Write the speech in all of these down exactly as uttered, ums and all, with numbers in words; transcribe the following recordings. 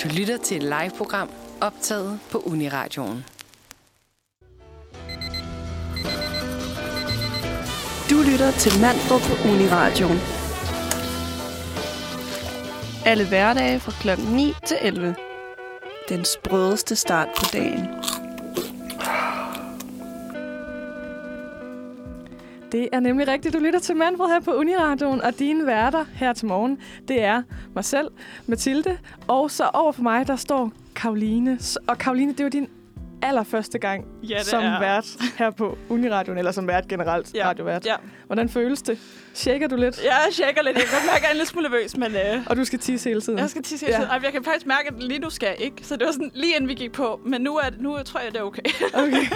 Du lytter til et live-program optaget på Uniradioen. Du lytter til Manfred på Uniradioen. Alle hverdage fra klokken ni til elleve. Den sprødeste start på dagen. Det er nemlig rigtigt. Du lytter til Manfred her på Uniradioen, og dine værter her til morgen, det er mig selv, Mathilde, og så over for mig, der står Karoline. Og Karoline, det er jo din allerførste gang ja, som er. vært her på Uniradioen, eller som vært generelt, ja. radiovært. Ja. Hvordan føles det? Shaker du lidt? Ja, jeg shaker lidt. Jeg kan godt mærke, at jeg er en lille smule nervøs, men... Øh, og du skal tisse hele tiden? Jeg skal tisse hele tiden. Ja. Jeg kan faktisk mærke, at lige nu skal jeg ikke. Så det var sådan, lige inden vi gik på. Men nu, er, nu tror jeg, det er okay. Okay.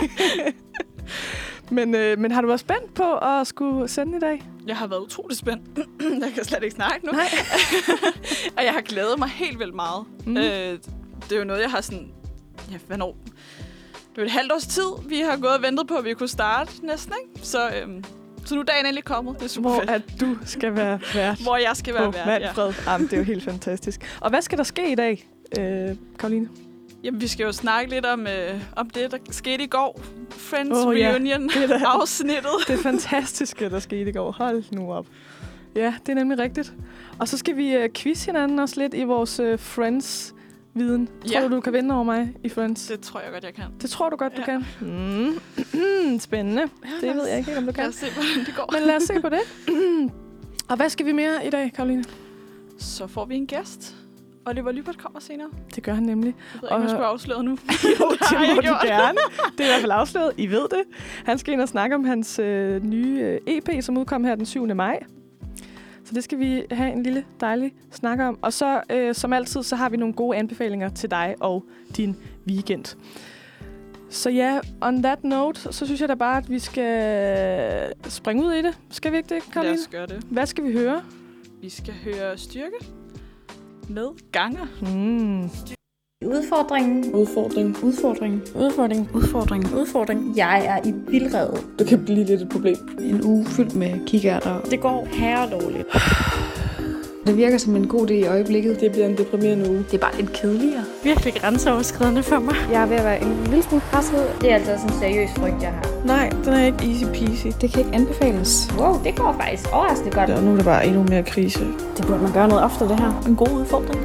men, øh, men har du været spændt på at skulle sende i dag? Jeg har været utrolig spændt. Jeg kan slet ikke snakke nu. Nej. Og jeg har glædet mig helt vildt meget. Mm. Øh, det er jo noget, jeg har sådan... Ja, hvornår? Det er et halvt års tid, vi har gået og ventet på, at vi kunne starte næsten, ikke? Så, øhm, så nu er dagen endelig kommet. Det er super Hvor fedt. at du skal være vært. Hvor jeg skal være vært, Manfred. Ja. Jamen, det er jo helt fantastisk. Og hvad skal der ske i dag, øh, Karoline? Jamen, vi skal jo snakke lidt om, øh, om det, der skete i går. Friends oh, Reunion-afsnittet. Ja. Det er fantastiske, der skete i går. Hold nu op. Ja, det er nemlig rigtigt. Og så skal vi øh, quiz hinanden også lidt i vores øh, Friends viden. Tror ja. du, du kan vinde over mig i Friends? Det tror jeg godt, jeg kan. Det tror du godt, ja. du kan? Mm. Spændende. Ja, det ved jeg ikke, om du kan. Lad os se, hvordan det går. Men lad os se på det. Og hvad skal vi mere i dag, Karoline? Så får vi en gæst. Oliver Lybert kommer senere. Det gør han nemlig. Jeg ved ikke, om jeg skulle afsløre nu. Jo, det må du gerne. Det er i hvert fald afsløret. I ved det. Han skal ind og snakke om hans øh, nye øh, E P, som udkom her den syvende maj. Så det skal vi have en lille dejlig snak om. Og så, øh, som altid, så har vi nogle gode anbefalinger til dig og din weekend. Så ja, on that note, så synes jeg da bare, at vi skal springe ud i det. Skal vi ikke det, Karoline? Lad os gøre det. Hvad skal vi høre? Vi skal høre styrke med Ganger. Mm. Udfordringen. Udfordring. Udfordring. Udfordring. Udfordring. Udfordring. Jeg er i vildrede. Det kan blive lidt et problem. En uge fyldt med kikærter. Det går herredårligt. Det virker som en god idé i øjeblikket. Det bliver en deprimerende uge. Det er bare lidt kedeligere. Virkelig grænseoverskridende for mig. Jeg er ved at være en lille smule presset. Det er altså sådan en seriøs frygt, jeg har. Nej, den er ikke easy peasy. Det kan ikke anbefales. Wow, det går faktisk overraskende godt. Og nu er der bare endnu mere krise. Det burde man gøre noget ofte, det her. En god udfordring.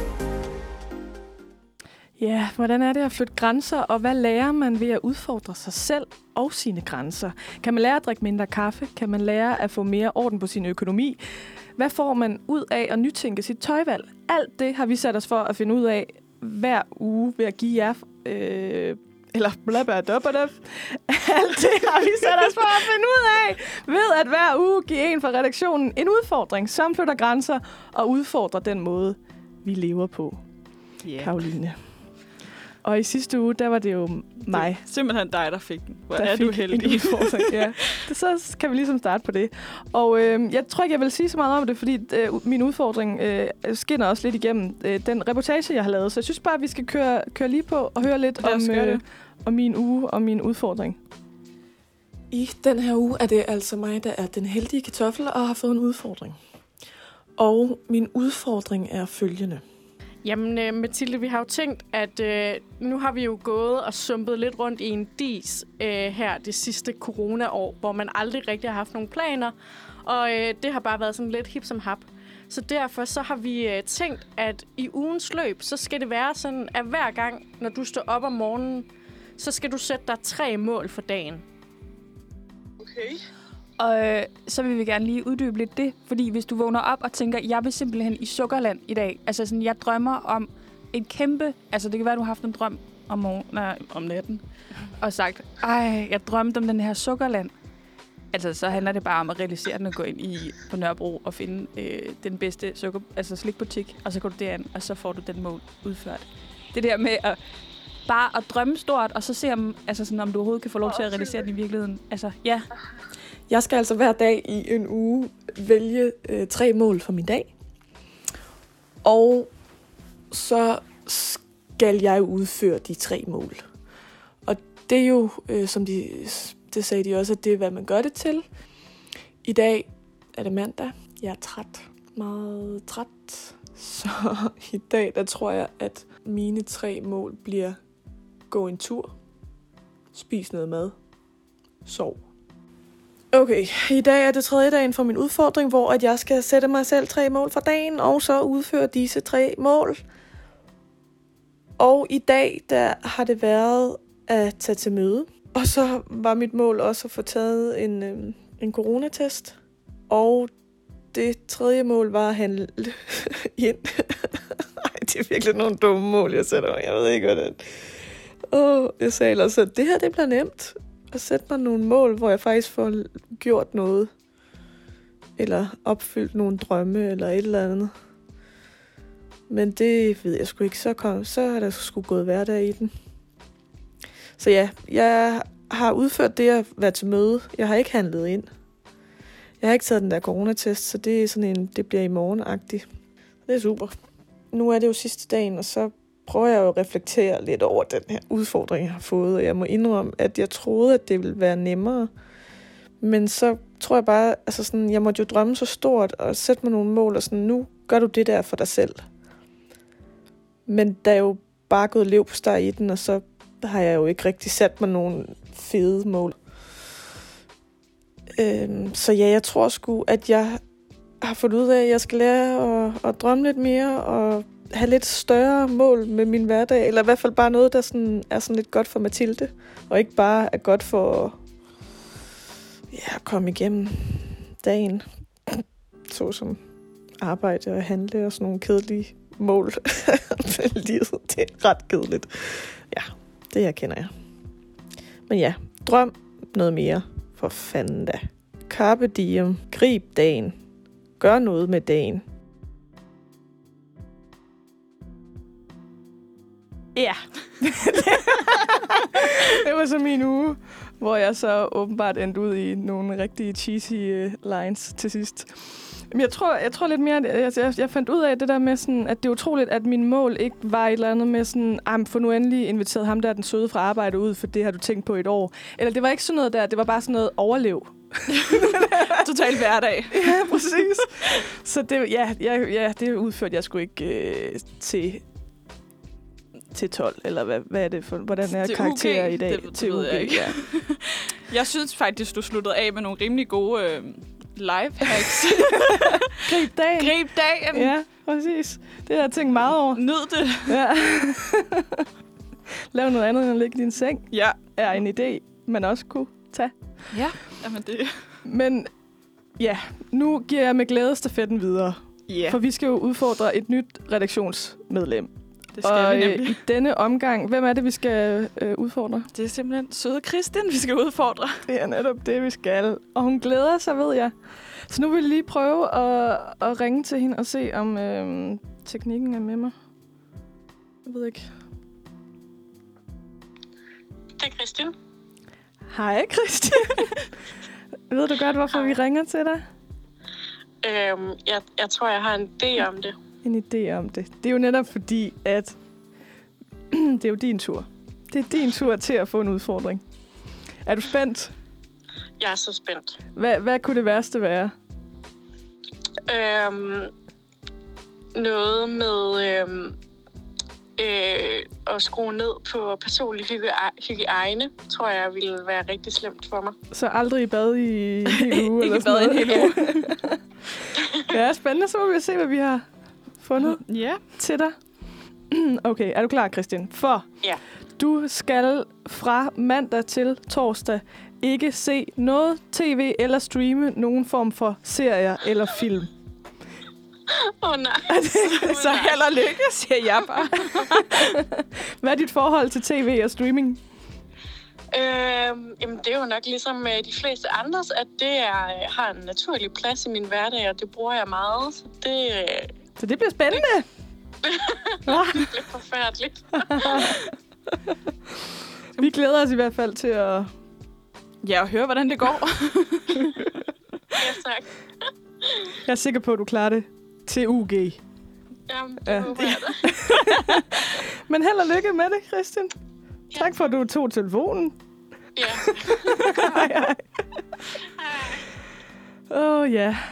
Ja, hvordan er det at flytte grænser, og hvad lærer man ved at udfordre sig selv og sine grænser? Kan man lære at drikke mindre kaffe? Kan man lære at få mere orden på sin økonomi? Hvad får man ud af at nytænke sit tøjvalg? Alt det har vi sat os for at finde ud af hver uge ved at give jer... Øh, eller blablabla. Alt det har vi sat os for at finde ud af ved at hver uge give en fra redaktionen en udfordring, som flytter grænser og udfordrer den måde, vi lever på. Yeah. Karoline. Og i sidste uge, der var det jo mig. Det er simpelthen dig, der fik den. Hvor der er du heldig. Ja. Det, så kan vi ligesom starte på det. Og øh, jeg tror ikke, jeg vil sige så meget om det, fordi øh, min udfordring øh, skinner også lidt igennem øh, den reportage, jeg har lavet. Så jeg synes bare, at vi skal køre, køre lige på og høre lidt om, øh, om min uge og min udfordring. I den her uge er det altså mig, der er den heldige kartoffel og har fået en udfordring. Og min udfordring er følgende. Jamen, øh, Mathilde, vi har jo tænkt, at øh, nu har vi jo gået og sumpet lidt rundt i en dis øh, her det sidste corona-år, hvor man aldrig rigtig har haft nogle planer, og øh, det har bare været sådan lidt hip som hap. Så derfor så har vi øh, tænkt, at i ugens løb, så skal det være sådan, at hver gang, når du står op om morgenen, så skal du sætte dig tre mål for dagen. Okay. Og øh, så vil vi gerne lige uddybe lidt det, fordi hvis du vågner op og tænker, jeg vil simpelthen i Sukkerland i dag, altså sådan, jeg drømmer om en kæmpe, altså det kan være, at du har haft en drøm om, morgen, nej, om natten, og sagt, ej, jeg drømte om den her Sukkerland. Altså, så handler det bare om at realisere den og gå ind i på Nørrebro og finde øh, den bedste sukker, altså slikbutik, og så går du derind, og så får du den mål udført. Det der med at bare at drømme stort, og så se, om, altså sådan, om du overhovedet kan få lov til at realisere den i virkeligheden. Altså, ja. Jeg skal altså hver dag i en uge vælge øh, tre mål for min dag. Og så skal jeg udføre de tre mål. Og det er jo, øh, som de, det sagde de også, at det er, hvad man gør det til. I dag er det mandag. Jeg er træt. Meget træt. Så i dag, der tror jeg, at mine tre mål bliver gå en tur, spis noget mad, sov. Okay, i dag er det tredje dagen for min udfordring, hvor at jeg skal sætte mig selv tre mål for dagen, og så udføre disse tre mål. Og i dag, der har det været at tage til møde. Og så var mit mål også at få taget en, øh, en coronatest. Og det tredje mål var at handle ind. Ej, det er virkelig nogle dumme mål, jeg sætter mig. Jeg ved ikke, hvordan. Åh, jeg sagde ellers, at det her, det bliver nemt. At sætte mig nogle mål, hvor jeg faktisk får gjort noget. Eller opfyldt nogle drømme, eller et eller andet. Men det ved jeg sgu ikke. Så, kom, så er der sgu gået hverdag i den. Så ja, jeg har udført det at være til møde. Jeg har ikke handlet ind. Jeg har ikke taget den der coronatest, så det er sådan en, det bliver i morgen-agtigt. Det er super. Nu er det jo sidste dagen, og så prøver jeg jo at reflektere lidt over den her udfordring, jeg har fået. Og jeg må indrømme, at jeg troede, at det ville være nemmere. Men så tror jeg bare, altså sådan, jeg måtte jo drømme så stort og sætte mig nogle mål, og sådan, nu gør du det der for dig selv. Men der er jo bare gået lev på start i den, og så har jeg jo ikke rigtig sat mig nogle fede mål. Øhm, så ja, jeg tror sgu, at jeg har fundet ud af, at jeg skal lære at, at drømme lidt mere, og have lidt større mål med min hverdag, eller i hvert fald bare noget, der sådan, er sådan lidt godt for Mathilde, og ikke bare er godt for ja, at komme igennem dagen, så som arbejde og handle og sådan nogle kedelige mål. Livet, det er ret kedeligt. Ja, det her kender jeg. Men ja, drøm noget mere. For fanden da. Carpe diem. Grib dagen. Gør noget med dagen. Ja. Det var så min uge, hvor jeg så åbenbart endte ud i nogle rigtige cheesy lines til sidst. Men jeg tror, jeg tror lidt mere, at jeg, jeg fandt ud af det der med, sådan, at det er utroligt, at mine mål ikke var et eller andet med sådan, ah, få nu endelig inviteret ham der, den søde fra arbejde ud, for det har du tænkt på i et år. Eller det var ikke sådan noget der, det var bare sådan noget overlev. Total hverdag. Ja, præcis. Så det, ja, ja, ja, det udførte jeg sgu ikke øh, til, til tolv, eller hvad, hvad er det for, hvordan er karakterer i dag? Det, det til ved U G, jeg ikke. Ja. Jeg synes faktisk, du sluttede af med nogle rimelig gode øh, live hacks. Grib dagen. Grib dagen. Ja, præcis. Det har jeg tænkt meget over. Nyd det. Ja. Lav noget andet end at ligge i din seng. Ja. Er en idé, man også kunne tage. Ja, jamen det. Men ja, nu giver jeg med glæde stafetten videre. Yeah. For vi skal jo udfordre et nyt redaktionsmedlem. Det skal og vi nemlig. i denne omgang, hvem er det, vi skal øh, udfordre? Det er simpelthen søde Kristin, vi skal udfordre. Det er netop det, vi skal. Og hun glæder sig, ved jeg. Så nu vil jeg lige prøve at, at ringe til hende og se, om øh, teknikken er med mig. Jeg ved ikke. Det er Kristin. Hej, Kristin. Ved du godt, hvorfor Hej. vi ringer til dig? Øhm, jeg, jeg tror, jeg har en idé om det. En idé om det. Det er jo netop fordi, at det er jo din tur. Det er din tur til at få en udfordring. Er du spændt? Jeg er så spændt. Hvad, hvad kunne det værste være? Øhm, noget med øhm, øh, at skrue ned på personlig hygi- hygiejne, tror jeg ville være rigtig slemt for mig. Så aldrig i bad i en hel uge? Ikke i bad i en hel uge. Ja, spændende. Så må vi se, hvad vi har fundet ja. til dig. Okay, er du klar, Kristin? For ja. Du skal fra mandag til torsdag ikke se noget tv eller streame nogen form for serier eller film. Åh oh, nej. Så held og lykke, siger jeg bare. Hvad er dit forhold til tv og streaming? Øhm, jamen, det er jo nok ligesom øh, de fleste andres, at det er, øh, har en naturlig plads i min hverdag, og det bruger jeg meget. Så det, øh, så det bliver spændende. Det, det bliver forfærdeligt. Vi glæder os i hvert fald til at... Ja, og høre, hvordan det går. Ja, tak. Jeg er sikker på, at du klarer det til U G. Jamen, det ja. håber jeg da. Men held og lykke med det, Kristin. Ja. Tak for, at du tog telefonen. Ja. Hej, hej. Åh, oh, ja.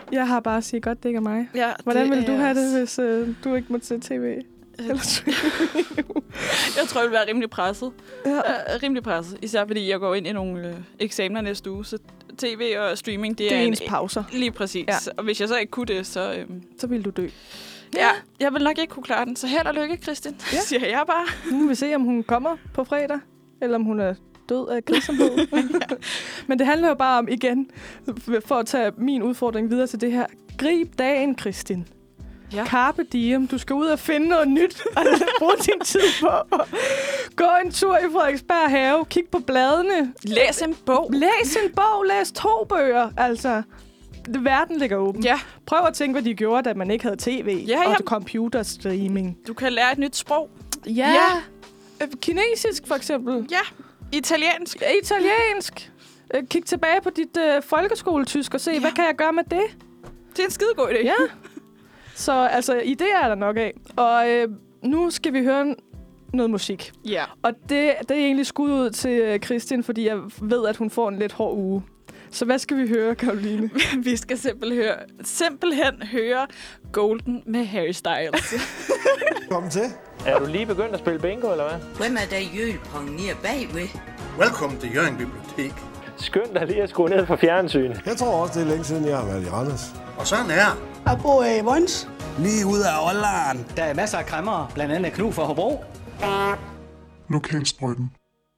Jeg har bare at sige, godt det ikke er mig. Ja, Hvordan det ville du er have det, også- hvis øh, du ikke måtte se tv? Eller Jeg tror, jeg vil være rimelig presset. Ja. Uh, rimelig presset. Især fordi jeg går ind i nogle øh, eksamener næste uge, så tv og streaming, det, Det er en- ens pauser. Lige præcis. Ja. Ja. Og hvis jeg så ikke kunne det, så... Øhm, Så ville du dø. ja, jeg vil nok ikke kunne klare den. Så held og lykke, Kristin, Ja. ja. siger jeg bare. Nu vil vi se, om hun kommer på fredag, eller om hun er død af kedsomhed. Men det handler jo bare om, igen, for at tage min udfordring videre til det her. Grib dagen, Kristin. Ja. Carpe diem. Du skal ud og finde noget nyt, og bruge din tid på at gå en tur i Frederiksberg Have. Kig på bladene. Læs en bog. Læs en bog. Læs to bøger. Altså, verden ligger åben. Ja. Prøv at tænke, hvad de gjorde, da man ikke havde tv Ja, og ja. computerstreaming. Du kan lære et nyt sprog. Ja. Ja. Øh, Kinesisk, for eksempel. Ja. Italiensk. Italiensk. Øh, Kig tilbage på dit øh, folkeskoletysk og se, ja. hvad kan jeg gøre med det? Det er en skidegod idé. Ja. Så altså, idéer er der nok af. Og øh, nu skal vi høre noget musik. Ja. Og det, det er egentlig skud ud til øh, Kristin, fordi jeg ved, at hun får en lidt hård uge. Så hvad skal vi høre, Karoline? Vi skal simpelthen høre, simpelthen høre Golden med Harry Styles. Velkommen til. Er du lige begyndt at spille bingo, eller hvad? Hvem er der jølpongen nede bagved? Velkommen til Jørgen Bibliotek. Skynd dig lige at skrue ned for fjernsynet. Jeg tror også, det er længe siden, jeg har været i Randers. Og sådan er Jeg bor i Vons. Lige ud af Ålderen. Der er masser af kræmmere, blandt andet Knu for Hobro. Lokalsprøjten.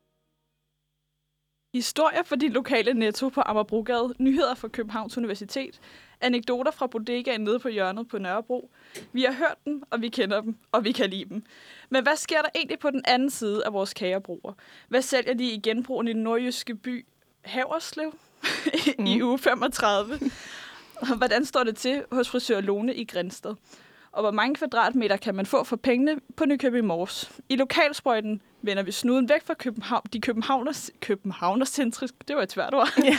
Historier fra de lokale Netto på Amagerbrogade, nyheder fra Københavns Universitet, anekdoter fra bodegaen nede på hjørnet på Nørrebro. Vi har hørt dem, og vi kender dem, og vi kan lide dem. Men hvad sker der egentlig på den anden side af vores kagerbroer? Hvad sælger de i genbrugen i den nordjyske by Haverslev mm. i uge femogtredive? Og hvordan står det til hos frisør Lone i Grindsted? Og hvor mange kvadratmeter kan man få for pengene på Nykøbing Mors? I lokalsprøjten vender vi snuden væk fra København, de københavners, københavnercentriske, det var et svært ord, ja.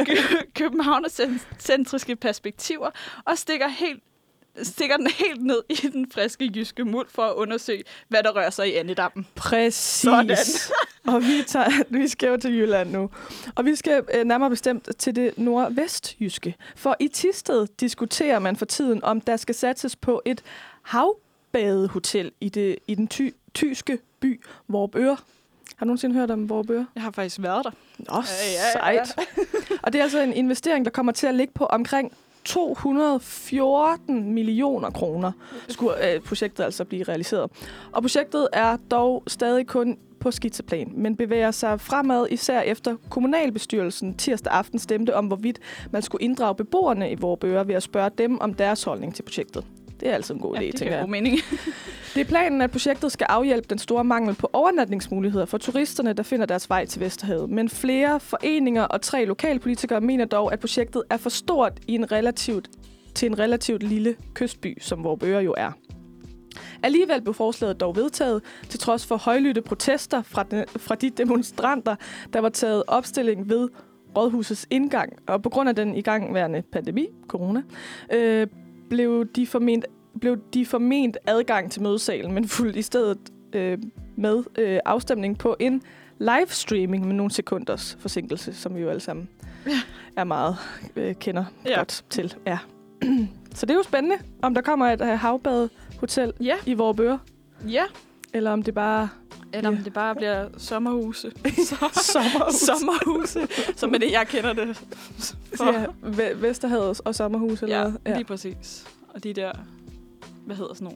københavnercentriske perspektiver, og stikker, helt, stikker den helt ned i den friske jyske muld for at undersøge, hvad der rører sig i andedammen. Præcis. Sådan. Og vi, tager, vi skal jo til Jylland nu. Og vi skal øh, nærmere bestemt til det nordvestjyske. For i Thisted diskuterer man for tiden, om der skal satses på et havbadehotel i, det, i den ty, tyske by Vorupør. Har du nogensinde hørt om Vorupør? Jeg har faktisk været der. Nå, ja, ja, ja. sejt. Og det er altså en investering, der kommer til at ligge på omkring to hundrede og fjorten millioner kroner, skulle øh, projektet altså blive realiseret. Og projektet er dog stadig kun på skitseplan, men bevæger sig fremad, især efter kommunalbestyrelsen tirsdag aften stemte om, hvorvidt man skulle inddrage beboerne i Vorupør ved at spørge dem om deres holdning til projektet. Det er altså en god idé, ja, det tænker jeg. Mening. Det er planen, at projektet skal afhjælpe den store mangel på overnatningsmuligheder for turisterne, der finder deres vej til Vesterhavet. Men flere foreninger og tre lokalpolitikere mener dog, at projektet er for stort i en relativt, til en relativt lille kystby, som Vorupør jo er. Alligevel blev forslaget dog vedtaget, til trods for højlydte protester fra, den, fra de demonstranter, der var taget opstilling ved rådhusets indgang. Og på grund af den igangværende pandemi, corona, øh, blev de forment blev de forment adgang til mødesalen, men fulgte i stedet øh, med øh, afstemning på en livestreaming med nogle sekunders forsinkelse, som vi jo alle sammen ja. er meget øh, kender ja. godt til. Ja. Så det er jo spændende, om der kommer et uh, havbadehotel ja. i Vorupør. Ja. Eller om det bare... Eller om det bare bliver sommerhuse. sommerhuse. sommerhuse. Som er det, jeg kender det. For. Ja, v- Vesterhavet og sommerhus eller ja, hvad? Ja, lige præcis. Og de der... Hvad hedder sådan nogle?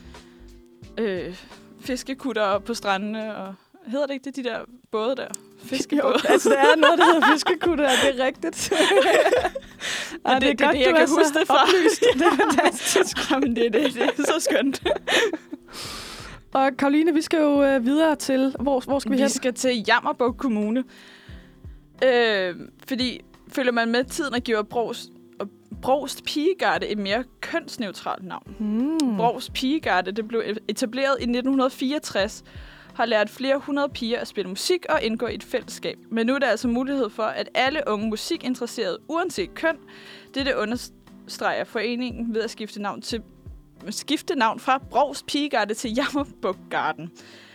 Øh, fiskekutter på strandene, og... Hedder det ikke det, de der både der? Fiskebåde. Jo, altså, der er noget, der hedder fiskekutter, det er rigtigt. ja, det, det, det, godt, det, jeg kan huske det fra. Oplyst. Det er fantastisk. Jamen, det, det, det er så skønt. Og Karoline, vi skal jo øh, videre til... Hvor, hvor skal vi, vi hen? Vi skal til Jammerbugt Kommune. Øh, fordi følger man med tiden og giver Brovst, Brovst Pigegarde et mere kønsneutralt navn. Mm. Brovst Pigegarde, det blev etableret i nitten fireogtres, har lært flere hundrede piger at spille musik og indgå i et fællesskab. Men nu er der altså mulighed for, at alle unge musikinteresserede, uanset køn, det understreger foreningen ved at skifte navn til skifte navn fra Brovst Pigegarde til Jammerbugt Garden.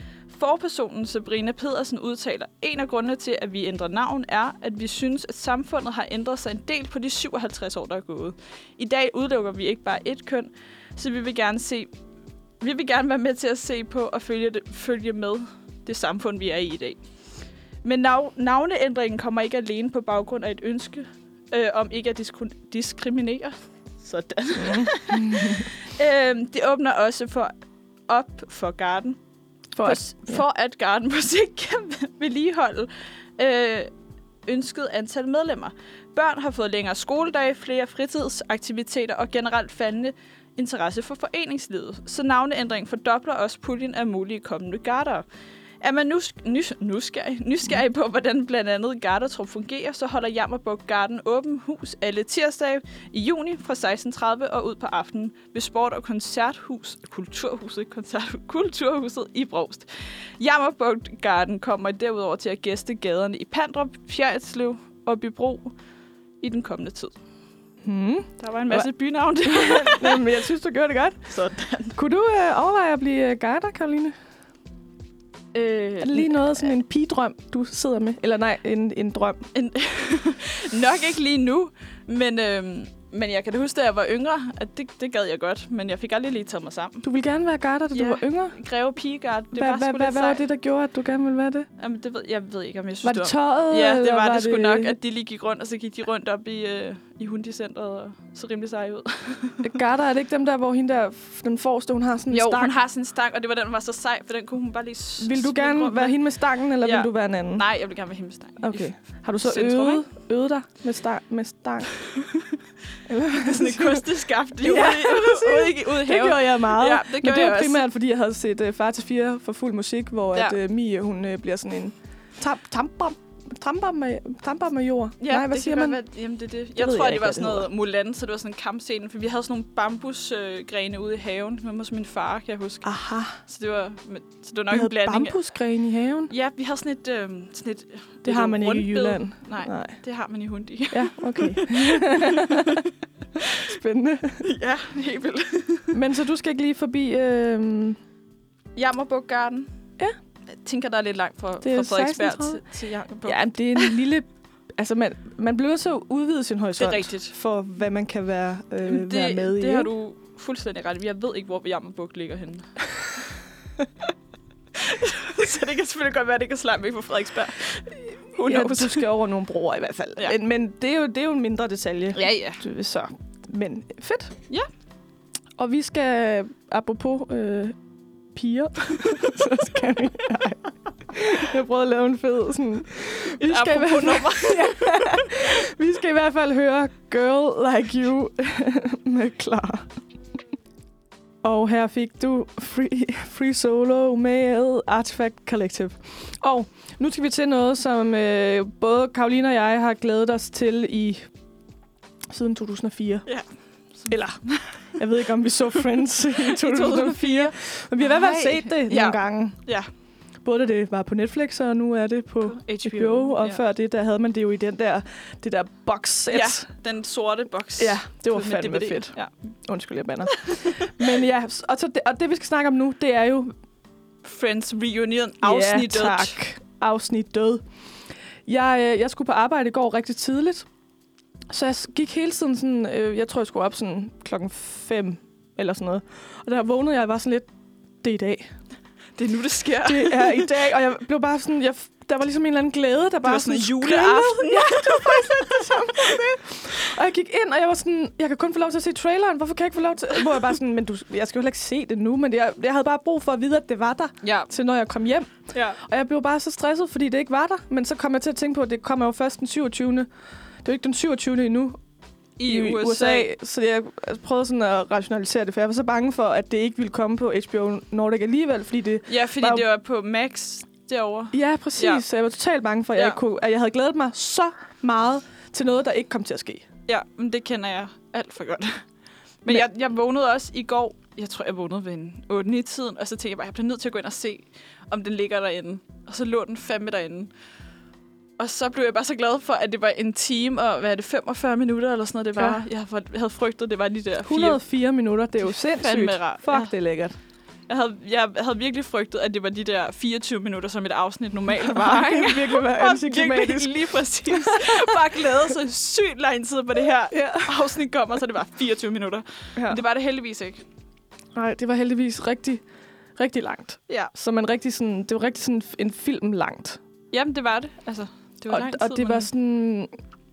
Forpersonen Sabrina Pedersen udtaler, en af grundene til, at vi ændrer navn, er, at vi synes, at samfundet har ændret sig en del på de syvoghalvtreds år, der er gået. I dag udelukker vi ikke bare et køn, så vi vil gerne se, vi vil gerne være med til at se på og følge, det, følge med det samfund, vi er i i dag. Men nav- navneændringen kommer ikke alene på baggrund af et ønske øh, om ikke at disk- diskriminere. Sådan. Mm. øhm, det åbner også for op for Garden. For, at, ja. for at Garden på sigt kan vedligeholde øh, ønsket antal medlemmer. Børn har fået længere skoledage, flere fritidsaktiviteter og generelt faldende interesse for foreningslivet. Så navneændringen fordobler også puljen af mulige kommende garder. Er man nys- nys- nysgerrig, nysgerrig på, hvordan blandt andet Gardertrup fungerer, så holder Jammerbugt Garden åben hus alle tirsdage i juni fra seksten tredive og ud på aftenen ved Sport- og Koncerthus, Kulturhuset, Koncerthus, Kulturhuset i Brovst. Jammerbugt Garden kommer derudover til at gæste gaderne i Pandrup, Fjerritslev og Bybro i den kommende tid. Hmm. Der var en masse bynavn. Men jeg synes, du gjorde det godt. Sådan. Kunne du øh, overveje at blive øh, garder, Karoline? Øh, er det lige noget, sådan en pigedrøm, du sidder med? Eller nej, en, en drøm? En nok ikke lige nu, men, øhm, men jeg kan da huske, da jeg var yngre, at det, det gad jeg godt, men jeg fik aldrig lige taget mig sammen. Du ville gerne være garder, da ja, du var yngre? Greve pigegard. Det hva, var hva, sgu hva, lidt hvad var det, der gjorde, at du gerne ville være det? Jamen, det ved, jeg ved ikke, om jeg synes, var det tøjet? Ja, det var, var det det sgu nok, at de lige gik rundt, og så gik de rundt op i, øh, i hundicentret og så rimelig seje ud. Garder, er det ikke dem der, hvor hende der, den forreste, hun har sådan en jo, stang? Jo, hun har sådan en stang, og det var den, der var så sej, for den kunne hun bare lige s- Vil du gerne være hende med stangen, eller ja. vil du være en anden? Nej, jeg vil gerne være hende med stangen. Okay. Har du så centrum, øvet, øvet dig med stang? Med stang? Sådan et kosteskaft ude, ja, ude, ude i haven. Det gjorde jeg meget. Ja, det Men det var primært, også. fordi jeg havde set uh, Far til fire for fuld musik, hvor ja. at, uh, Mie, hun uh, bliver sådan en tam- tampermajor. Ja, Nej, hvad det siger man? man? Være, jamen, det, det. Jeg det tror, jeg det var sådan noget Mulan, så det var sådan en kampscene, for vi havde sådan nogle bambusgrene øh, ude i haven. Det var hos min far, kan jeg huske. Aha. Så det var, så det var nok vi en blanding. Bambusgrene i haven? Ja, vi havde sådan et... Øh, sådan et det et har man ikke i Jylland. Nej, Nej, det har man i Hundi. Ja, okay. Spændende. Ja, helt vildt. Men så du skal ikke lige forbi... Øh... Jammerbugt Garden? Ja. Jeg tænker, der er lidt langt fra, fra Frederiksberg til, til Jammerbugt. Ja, det er en lille... Altså, man, man bliver så udvide sin horisont. Det er rigtigt. For hvad man kan være, øh, det, være med det i. Det har du fuldstændig ret i. Jeg ved ikke, hvor Jammerbugt ligger henne. Så det kan selvfølgelig godt være, at det kan slemme væk fra Frederiksberg. Ja, du skal over nogle broer i hvert fald. Ja. Men, men det, er jo, det er jo en mindre detalje. Ja, ja. Du, så. Men fedt. Ja. Og vi skal, apropos øh, piger, så skal vi... Nej. Jeg prøvede at lave en fed sådan... Vi skal, i hvert fald, ja, vi skal i hvert fald høre Girl Like You med Klar. Og her fik du Free, free Solo med Artifact Collective. Og nu skal vi til noget, som øh, både Karoline og jeg har glædet os til i siden to tusind og fire. Ja. Eller, jeg ved ikke, om vi så Friends i to tusind og fire. Men vi har i hvert fald set det ja. nogle gange. Ja. Både da det var på Netflix, og nu er det på, på H B O. Og ja. Før det, der havde man det jo i den der, det der box-set. Ja, den sorte box. Ja, det var fandme fedt. Ja. Undskyld, jeg bander. Men ja, og, så det, og det vi skal snakke om nu, det er jo... Friends Reunion afsnittet. Ja, tak. Afsnit død. Jeg, jeg skulle på arbejde i går rigtig tidligt. Så jeg gik hele tiden sådan... Øh, jeg tror, jeg skulle op sådan klokken fem eller sådan noget. Og da jeg vågnede, jeg var sådan lidt... Det er i dag. Det er nu, det sker. Det er i dag, og jeg blev bare sådan... Jeg, der var ligesom en eller anden glæde, der bare var sådan sådan juleaften. Ja, det var faktisk lidt det samme som det. Og jeg gik ind, og jeg var sådan... Jeg kan kun få lov til at se traileren. Hvorfor kan jeg ikke få lov til... Hvor jeg bare sådan... Men du, jeg skal jo heller ikke se det nu, men jeg, jeg havde bare brug for at vide, at det var der. Ja. Til når jeg kom hjem. Ja. Og jeg blev bare så stresset, fordi det ikke var der. Men så kom jeg til at tænke på, at det kommer jo først den syvogtyvende Det er jo ikke den syvogtyvende endnu. I, I U S A. U S A. Så jeg prøvede sådan at rationalisere det, for jeg var så bange for, at det ikke ville komme på H B O Nordic alligevel, fordi det Ja, fordi var... det var på Max derovre. Ja, præcis. Ja. Så jeg var totalt bange for, at, ja. jeg kunne, at jeg havde glædet mig så meget til noget, der ikke kom til at ske. Ja, men det kender jeg alt for godt. Men, men jeg, jeg vågnede også i går, jeg tror, jeg vågnede ved en otte i tiden, og så tænkte jeg bare, jeg bliver nødt til at gå ind og se, om den ligger derinde. Og så lå den fandme derinde. Og så blev jeg bare så glad for, at det var en time og, hvad er det, femogfyrre minutter eller sådan noget, det var. Ja. Jeg havde frygtet, det var lige der hundrede og fire minutter, det er jo sindssygt. Rart. Fuck, ja. det er lækkert. Jeg havde, jeg havde virkelig frygtet, at det var de der fireogtyve minutter, som et afsnit normalt var. Det ville virkelig være antiklimatisk. Lige præcis. Bare glæde sig sygt lang tid på det her ja. afsnit kommer, så det var fireogtyve minutter. Ja. Men det var det heldigvis ikke. Nej, det var heldigvis rigtig, rigtig langt. Ja. Så man rigtig sådan, det var rigtig sådan en film langt. Jamen, det var det. Altså, det var og, lang tid, og det var sådan...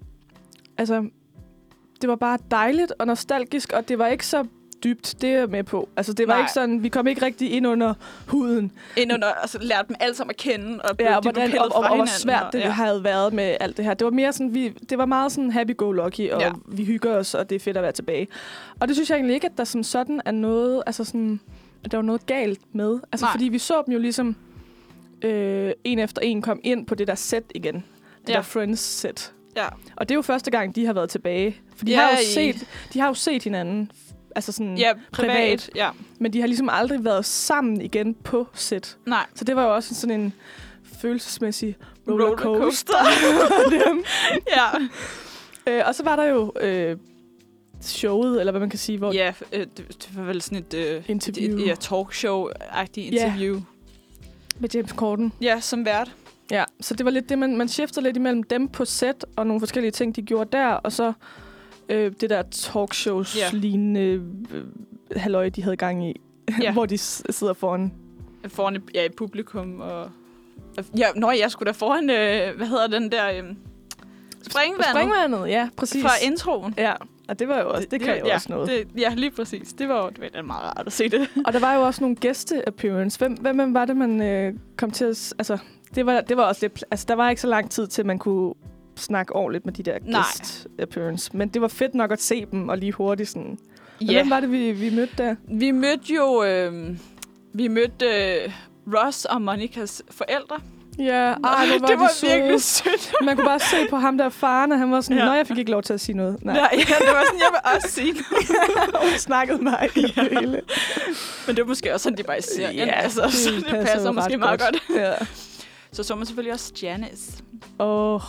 Altså, det var bare dejligt og nostalgisk, og det var ikke så dybt, det er jeg med på. Altså, det var Nej. ikke sådan, vi kom ikke rigtig ind under huden. Ind under, altså lærte dem alle sammen at kende, og blev ja, og, de hvordan, pillet og, og, fra og hvor hinanden. svært det ja. havde været med alt det her. Det var mere sådan, vi, det var meget sådan happy-go-lucky, og Ja. vi hygger os, og det er fedt at være tilbage. Og det synes jeg egentlig ikke, at der som sådan er noget, altså sådan, at der var noget galt med. Altså, Nej. fordi vi så dem jo ligesom øh, en efter en kom ind på det der set igen. Det Ja. der Friends-set. Ja. Og det er jo første gang, de har været tilbage. For de, Ja, har, jo i- set, de har jo set hinanden, altså sådan Ja, privat, ja. Men de har ligesom aldrig været sammen igen på set. Nej. Så det var jo også sådan en følelsesmæssig rollercoaster. Rollercoaster. ja. øh, og så var der jo øh, showet, eller hvad man kan sige, hvor... Ja, øh, det, det var vel sådan et... Øh, interview. Et, ja, talkshow-agtigt interview. Ja. Med James Corden. Ja, som vært. Ja, så det var lidt det, man, man skiftede lidt imellem dem på set, og nogle forskellige ting, de gjorde der, og så øh, det der talkshows-lignende øh, halløj, de havde gang i, Ja. hvor de s- sidder foran. Foran et, ja, et publikum, og... Ja, når jeg skulle da foran, øh, hvad hedder den der... Øh, springvandet. Springvandet, ja, præcis. Fra introen. Ja, og det var jo også, det, det kan jo ja, også noget. Det, ja, lige præcis. Det var jo det var meget rart at se det. Og der var jo også nogle gæste-appearance. Hvem, hvem var det, man øh, kom til at... S- altså, det var, det var også lidt... Altså, der var ikke så lang tid til, man kunne snakke ordentligt med de der Nej. gæst-appearance. Men det var fedt nok at se dem, og lige hurtigt sådan... Og Ja. hvem var det, vi, vi mødte der? Vi mødte jo... Øh, vi mødte øh, Ross og Monikas forældre. Ja, ej, det var, det var de søde. virkelig sødt. Man kunne bare se på ham der faren, og han var sådan, Ja. nå, jeg fik ikke lov til at sige noget. Nej, Ja, ja, det var sådan, jeg vil også sige noget. Hun snakkede mig i Ja. det hele. Men det var måske også sådan, de bare i serien. Ja, altså, det så det passer passer, jo måske ret meget godt. godt. Ja. Så så man selvfølgelig også Janice. Oh.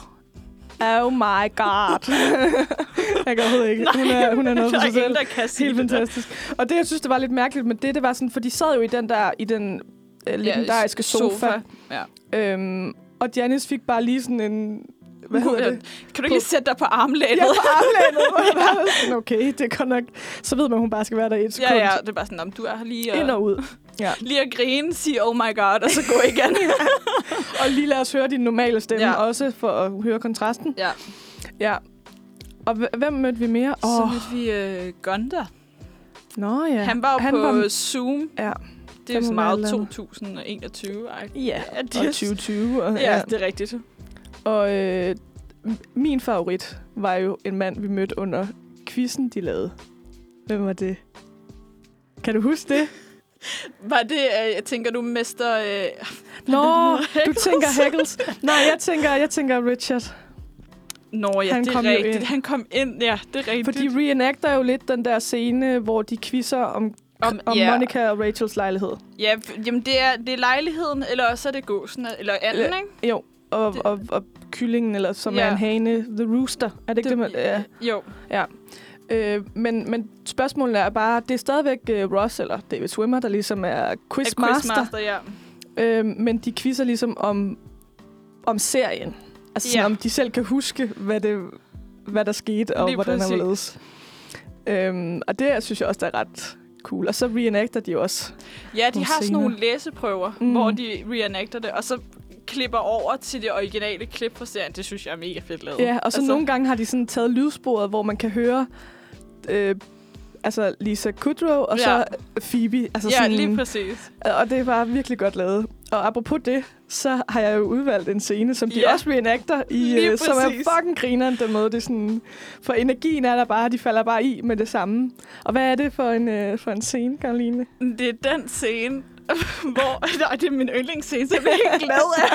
Oh my god. Jeg kan overhovedet ikke. Hun er, hun er noget der for er sig selv. ingen, der kan sige Helt det der. fantastisk. Og det, jeg synes, det var lidt mærkeligt, men det, det var sådan, for de sad jo i den der, i den øh, legendariske sofa. sofa. Ja. Øhm, og Janice fik bare lige sådan en... Hvad Hun- hedder det? Kan du ikke lige sætte dig på armlænet? Ja, på armlænet. Hvor jeg bare var sådan, okay, det er godt nok... Så ved man, at hun bare skal være der i et sekund. Ja, ja, det er bare sådan, om du er her lige Ind og ud. Ja. lige at grine, sige oh my god, og så gå igen. Og lige lad os høre din normale stemme Ja. også, for at høre kontrasten. Ja. Ja. Og h- hvem mødte vi mere? Så Åh. mødte vi øh, Gunter. Nå ja. Han var jo Han på var- Zoom. Ja. Det er må jo så være meget et eller andet. to tusind enogtyve. Ja, det er- og tyve tyve. Og, Ja, det er rigtigt. Og øh, m- min favorit var jo en mand, vi mødte under quizzen, de lavede. Hvem var det? Kan du huske det? Var det, øh, jeg tænker du, mester... Øh, Nå, du Heckles? tænker Heckles. Nej, jeg tænker, jeg tænker Richard. Nå ja, Han det kom er jo rigtigt. ind. Han kom ind, ja, det er rigtigt. For de reenacter jo lidt den der scene, hvor de quizzer om, Om- om ja. Monica og Rachels lejlighed. Ja, f- jamen det er, det er lejligheden, eller også er det gåsen, eller anden, Eller- ikke? Jo, og, og, og kyllingen, eller som Ja. er en hane, the rooster. Er det ikke det, man... Ja. Jo. Ja. Øh, men, men spørgsmålet er bare, det er stadigvæk uh, Ross eller David Schwimmer, der ligesom er quizmaster. Quizmaster, ja. Øh, men de quizzer ligesom om, om serien. Altså sådan, Ja. om de selv kan huske, hvad, det, hvad der skete, og Lige hvordan præcis. der var ledes. Øhm, og det synes jeg også, der er ret cool. Og så reenacter de også. Ja, de nogle har sådan scener. nogle læseprøver, Mm. mm. hvor de reenacter det, og så klipper over til det originale klip fra serien. Det synes jeg er mega fedt lavet. Ja, og så altså, nogle gange har de sådan taget lydsporet, hvor man kan høre øh, altså Lisa Kudrow, og Ja. så Phoebe. Altså Ja, sådan, lige præcis. Og det er bare virkelig godt lavet. Og apropos det, så har jeg jo udvalgt en scene, som de Ja. også reenacter, i, Lige øh, som er præcis. fucking grineren den måde. Det er sådan, for energien er der bare, de falder bare i med det samme. Og hvad er det for en, øh, for en scene, Caroline? Det er den scene, hvor... Nej, det er min yndlingsscene, så jeg bliver helt glad af.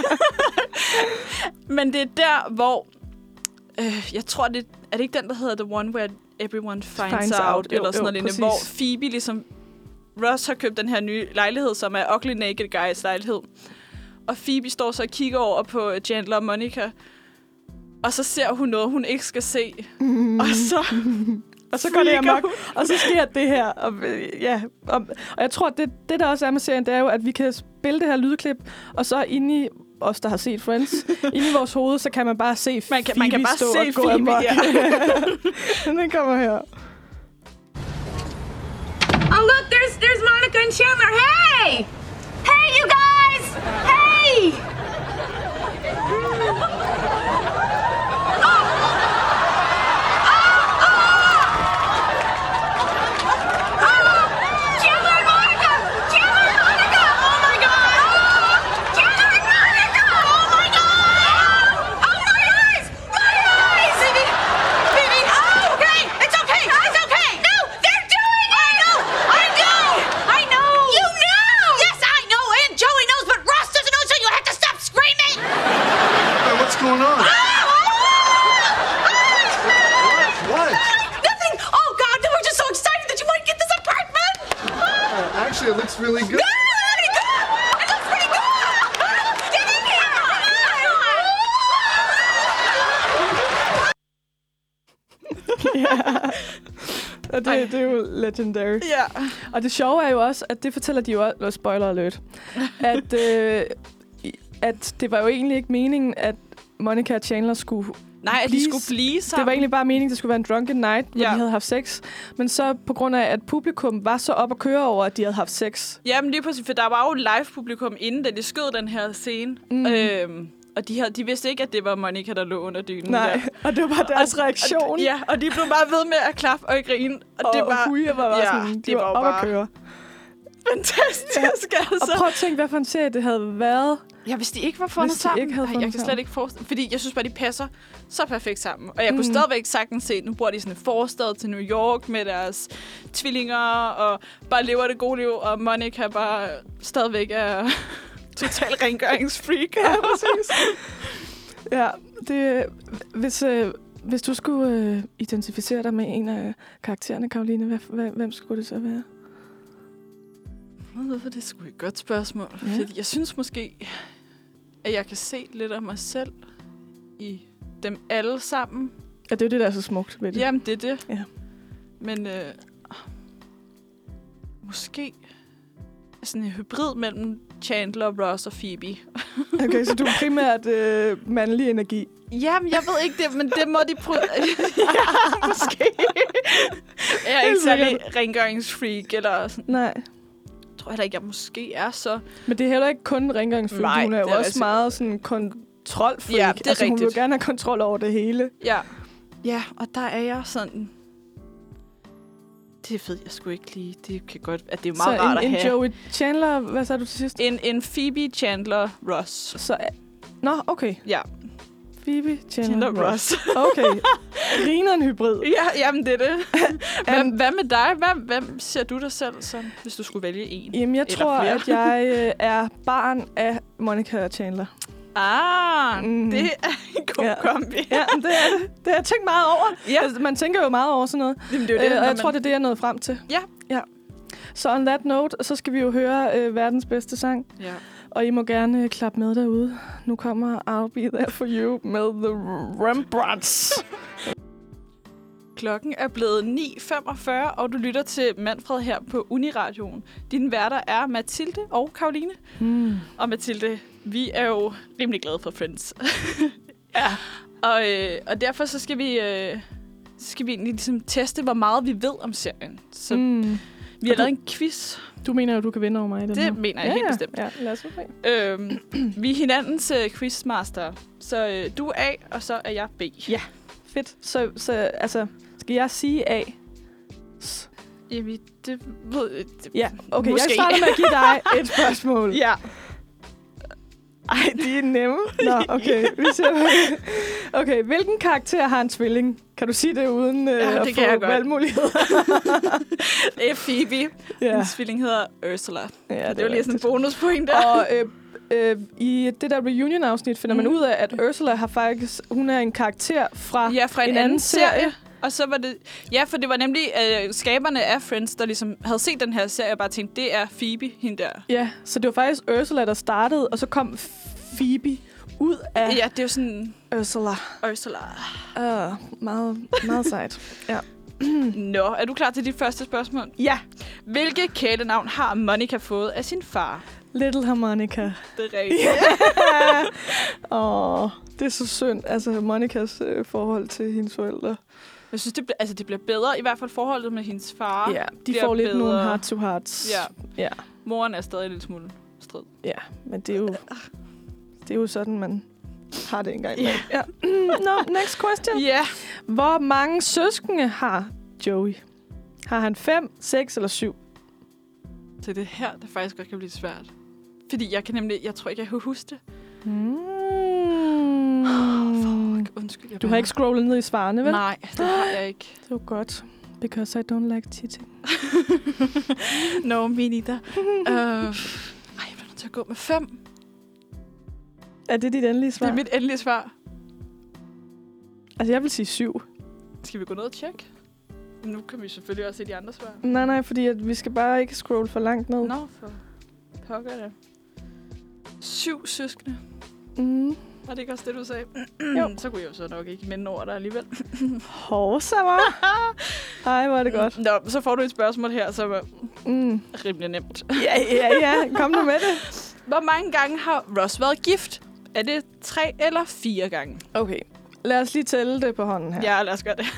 Men det er der, hvor... Øh, jeg tror, det er det ikke den, der hedder The One Where Everyone Finds, Finds Out, Out. Jo, eller sådan jo, noget lignende, præcis. hvor Phoebe ligesom... Ross har købt den her nye lejlighed, som er Ugly Naked Guys lejlighed. Og Phoebe står så og kigger over på Chandler og Monica. Og så ser hun noget, hun ikke skal se. Mm. Og så... Og så går det amok, og så sker det her. Og, ja, og, og jeg tror, det, det der også er med serien, det er jo, at vi kan spille det her lydklip, og så inde i os, der har set Friends, inde i vores hoved, så kan man bare se man kan, Phoebe man kan bare stå se og gå Phoebe, amok. ja. Den kommer her. Oh, look, there's there's Monica and Chandler. Hey! Hey, you guys! Hey! going on? What? Nothing! Oh, God, no, we're just so excited that you might get this apartment! Uh, actually, it looks really good. Good! It looks pretty good! Get in here! Ja. Og det, det er jo legendary. Ja. Og det sjove er jo også, at det fortæller de jo også, spoiler alert, at, øh, at det var jo egentlig ikke meningen, at Monica og Chandler skulle Nej, at de skulle blive sammen. Det var egentlig bare meningen, at det skulle være en drunken night, hvor Ja. de havde haft sex. Men så på grund af, at publikum var så op at køre over, at de havde haft sex. Jamen lige præcis, for der var jo live-publikum inden, da de skød den her scene. Mm. Øhm, og de, havde, de vidste ikke, at det var Monica, der lå under dynen. Nej, der. og det var bare deres og, reaktion. Og, ja, og de blev bare ved med at klappe og grine. Og, Og, det og var, Huye var bare ja, sådan, de det var, var op bare at køre. fantastisk, Ja. altså. Og prøv at tænke, hvad for en serie det havde været. Ja, hvis de ikke var fundet Hvis de sammen. ikke havde Ej, fundet jeg kan slet sammen. ikke forestille, fordi jeg synes bare, de passer så perfekt sammen. Og jeg Mm. kunne stadigvæk sagtens se, nu bor de i sådan en forstad til New York med deres tvillinger, og bare lever det gode liv, og Monica bare stadigvæk er total rengøringsfreak. Ja, præcis. Ja, det, hvis, øh, hvis du skulle øh, identificere dig med en af karaktererne, Karoline, hvad, hvad, hvem skulle det så være? Jeg ved, det er sgu et godt spørgsmål. Ja. Fordi jeg synes måske, at jeg kan se lidt af mig selv i dem alle sammen. Ja, det er jo det, der er så smukt ved det. Jamen, det er det. Ja. Men øh, måske sådan en hybrid mellem Chandler, Ross og Phoebe. Okay, så du er primært øh, mandlig energi. Jamen, jeg ved ikke det, men det må de prøve. Ja, måske. Jeg er ikke Helt særlig sikkert. rengøringsfreak, eller sådan. Nej. Tror jeg da ikke, jeg måske er så. Men det er heller ikke kun rengøringsfreak. Nej, Hun er jo det er også rigtigt. meget sådan kontrolfreak. Ja, det er altså, hun vil jo rigtigt. gerne have kontrol over det hele. Ja. Ja, og der er jeg sådan. Det ved jeg sgu ikke lige. Det kan godt, at det er jo meget så rart en, at en have. Joey Chandler, hvad sagde du til sidst? En, en Phoebe, Chandler, Ross. Så, nå, okay. Ja. Phoebe, Chandler, Chandler, Ross. Ross. Okay. Griner en hybrid. Ja, jamen det er det. Hvad, hvad med dig? Hvad, hvem ser du dig selv som, hvis du skulle vælge en? Jamen, jeg Eller tror, flere? at jeg øh, er barn af Monica og Chandler. Ah, Mm. det er en god Ja. kombi. Ja, det er det. Det har jeg tænkt meget over. Ja. Altså, man tænker jo meget over sådan noget. Jamen, det er jo det, øh, og når jeg man- tror, det er det, jeg nåede frem til. Ja. Ja. Så on that note, så skal vi jo høre øh, verdens bedste sang. Ja. Og I må gerne øh, klappe med derude. Nu kommer I'll Be There For You med The Rembrandts. Klokken er blevet ni femogfyrre, og du lytter til Manfred her på Uniradioen. Dine værter er Mathilde og Karoline. Hmm. Og Mathilde, vi er jo rimelig glade for Friends. Ja. Og, øh, og derfor så skal vi, øh, så skal vi egentlig ligesom teste, hvor meget vi ved om serien. Så Mm. vi har lavet en quiz. Du mener jo, du kan vinde over mig i den Det her. mener jeg ja, helt ja. bestemt. Ja, lad os få se. Øhm, vi er hinandens øh, quizmaster. Så øh, du er A, og så er jeg B. Ja, fedt. Så, så altså, skal jeg sige A? Jamen, det ved jeg. Det, Ja, okay. Måske. Jeg starter med at give dig et spørgsmål. Ja. Ej, de er nemme. Nå, okay. Vi ser. Okay, hvilken karakter har en tvilling? Kan du sige det uden øh, Ja, at det få kan jeg godt. valgmuligheder? Det er Phoebe. Ja. Hendes tvilling hedder Ursula. Ja, det, det var lige sådan en bonuspoint der. Og øh, øh, i det der reunion-afsnit finder mm. man ud af, at Ursula har faktisk, hun er en karakter fra, ja, fra en, en anden serie. serie. Og så var det... Ja, for det var nemlig øh, skaberne af Friends, der ligesom havde set den her serie og bare tænkte, det er Phoebe, hende der. Ja, så det var faktisk Ursula, der startede, og så kom Phoebe ud af Ja, det er jo sådan... Ursula. Ursula. Uh, meget, meget sejt. Ja. Nå, er du klar til dit første spørgsmål? Ja. Hvilke kælenavn har Monica fået af sin far? Little Harmonica. Det er rigtigt. Åh, det er så synd. Altså, Monicas øh, forhold til hendes forældre. Jeg synes, det, ble, altså, det bliver bedre. I hvert fald forholdet med hendes far. Ja, de får lidt bedre. Nogle heart-to-hearts. Ja. ja. Moren er stadig lidt smule strid. Ja, men det er jo, det er jo sådan, man har det engang. Yeah. Ja. No, next question. Ja. Yeah. Hvor mange søskende har Joey? Har han fem, seks eller syv? Så det her, der faktisk godt kan blive svært. Fordi jeg kan nemlig, jeg tror ikke, jeg kan huske det. Mm. Oh, fuck, undskyld. Jeg du har ikke scrollet ned i svarene, vel? Nej, det har jeg ikke. Det var godt. Because I don't like cheating. No, me neither. uh, ej, jeg bliver nødt til at gå med fem. Er det dit endelige svar? Det er mit endelige svar. Altså, jeg vil sige syv. Skal vi gå ned og tjekke? Nu kan vi selvfølgelig også se de andre svar. Nej, nej, fordi at vi skal bare ikke scrolle for langt ned. Nå, for pokker det. Syv søskende. Mm. Var det ikke også det, du sagde? Jo. Så kunne jeg jo så nok ikke minde over dig alligevel. Hovsa, var. Ej, hvor er det godt. Nå, så får du et spørgsmål her, som er mm. rimelig nemt. Ja, ja, ja. Kom nu med det. Hvor mange gange har Ross været gift? Er det tre eller fire gange? Okay. Lad os lige tælle det på hånden her. Ja, lad os gøre det.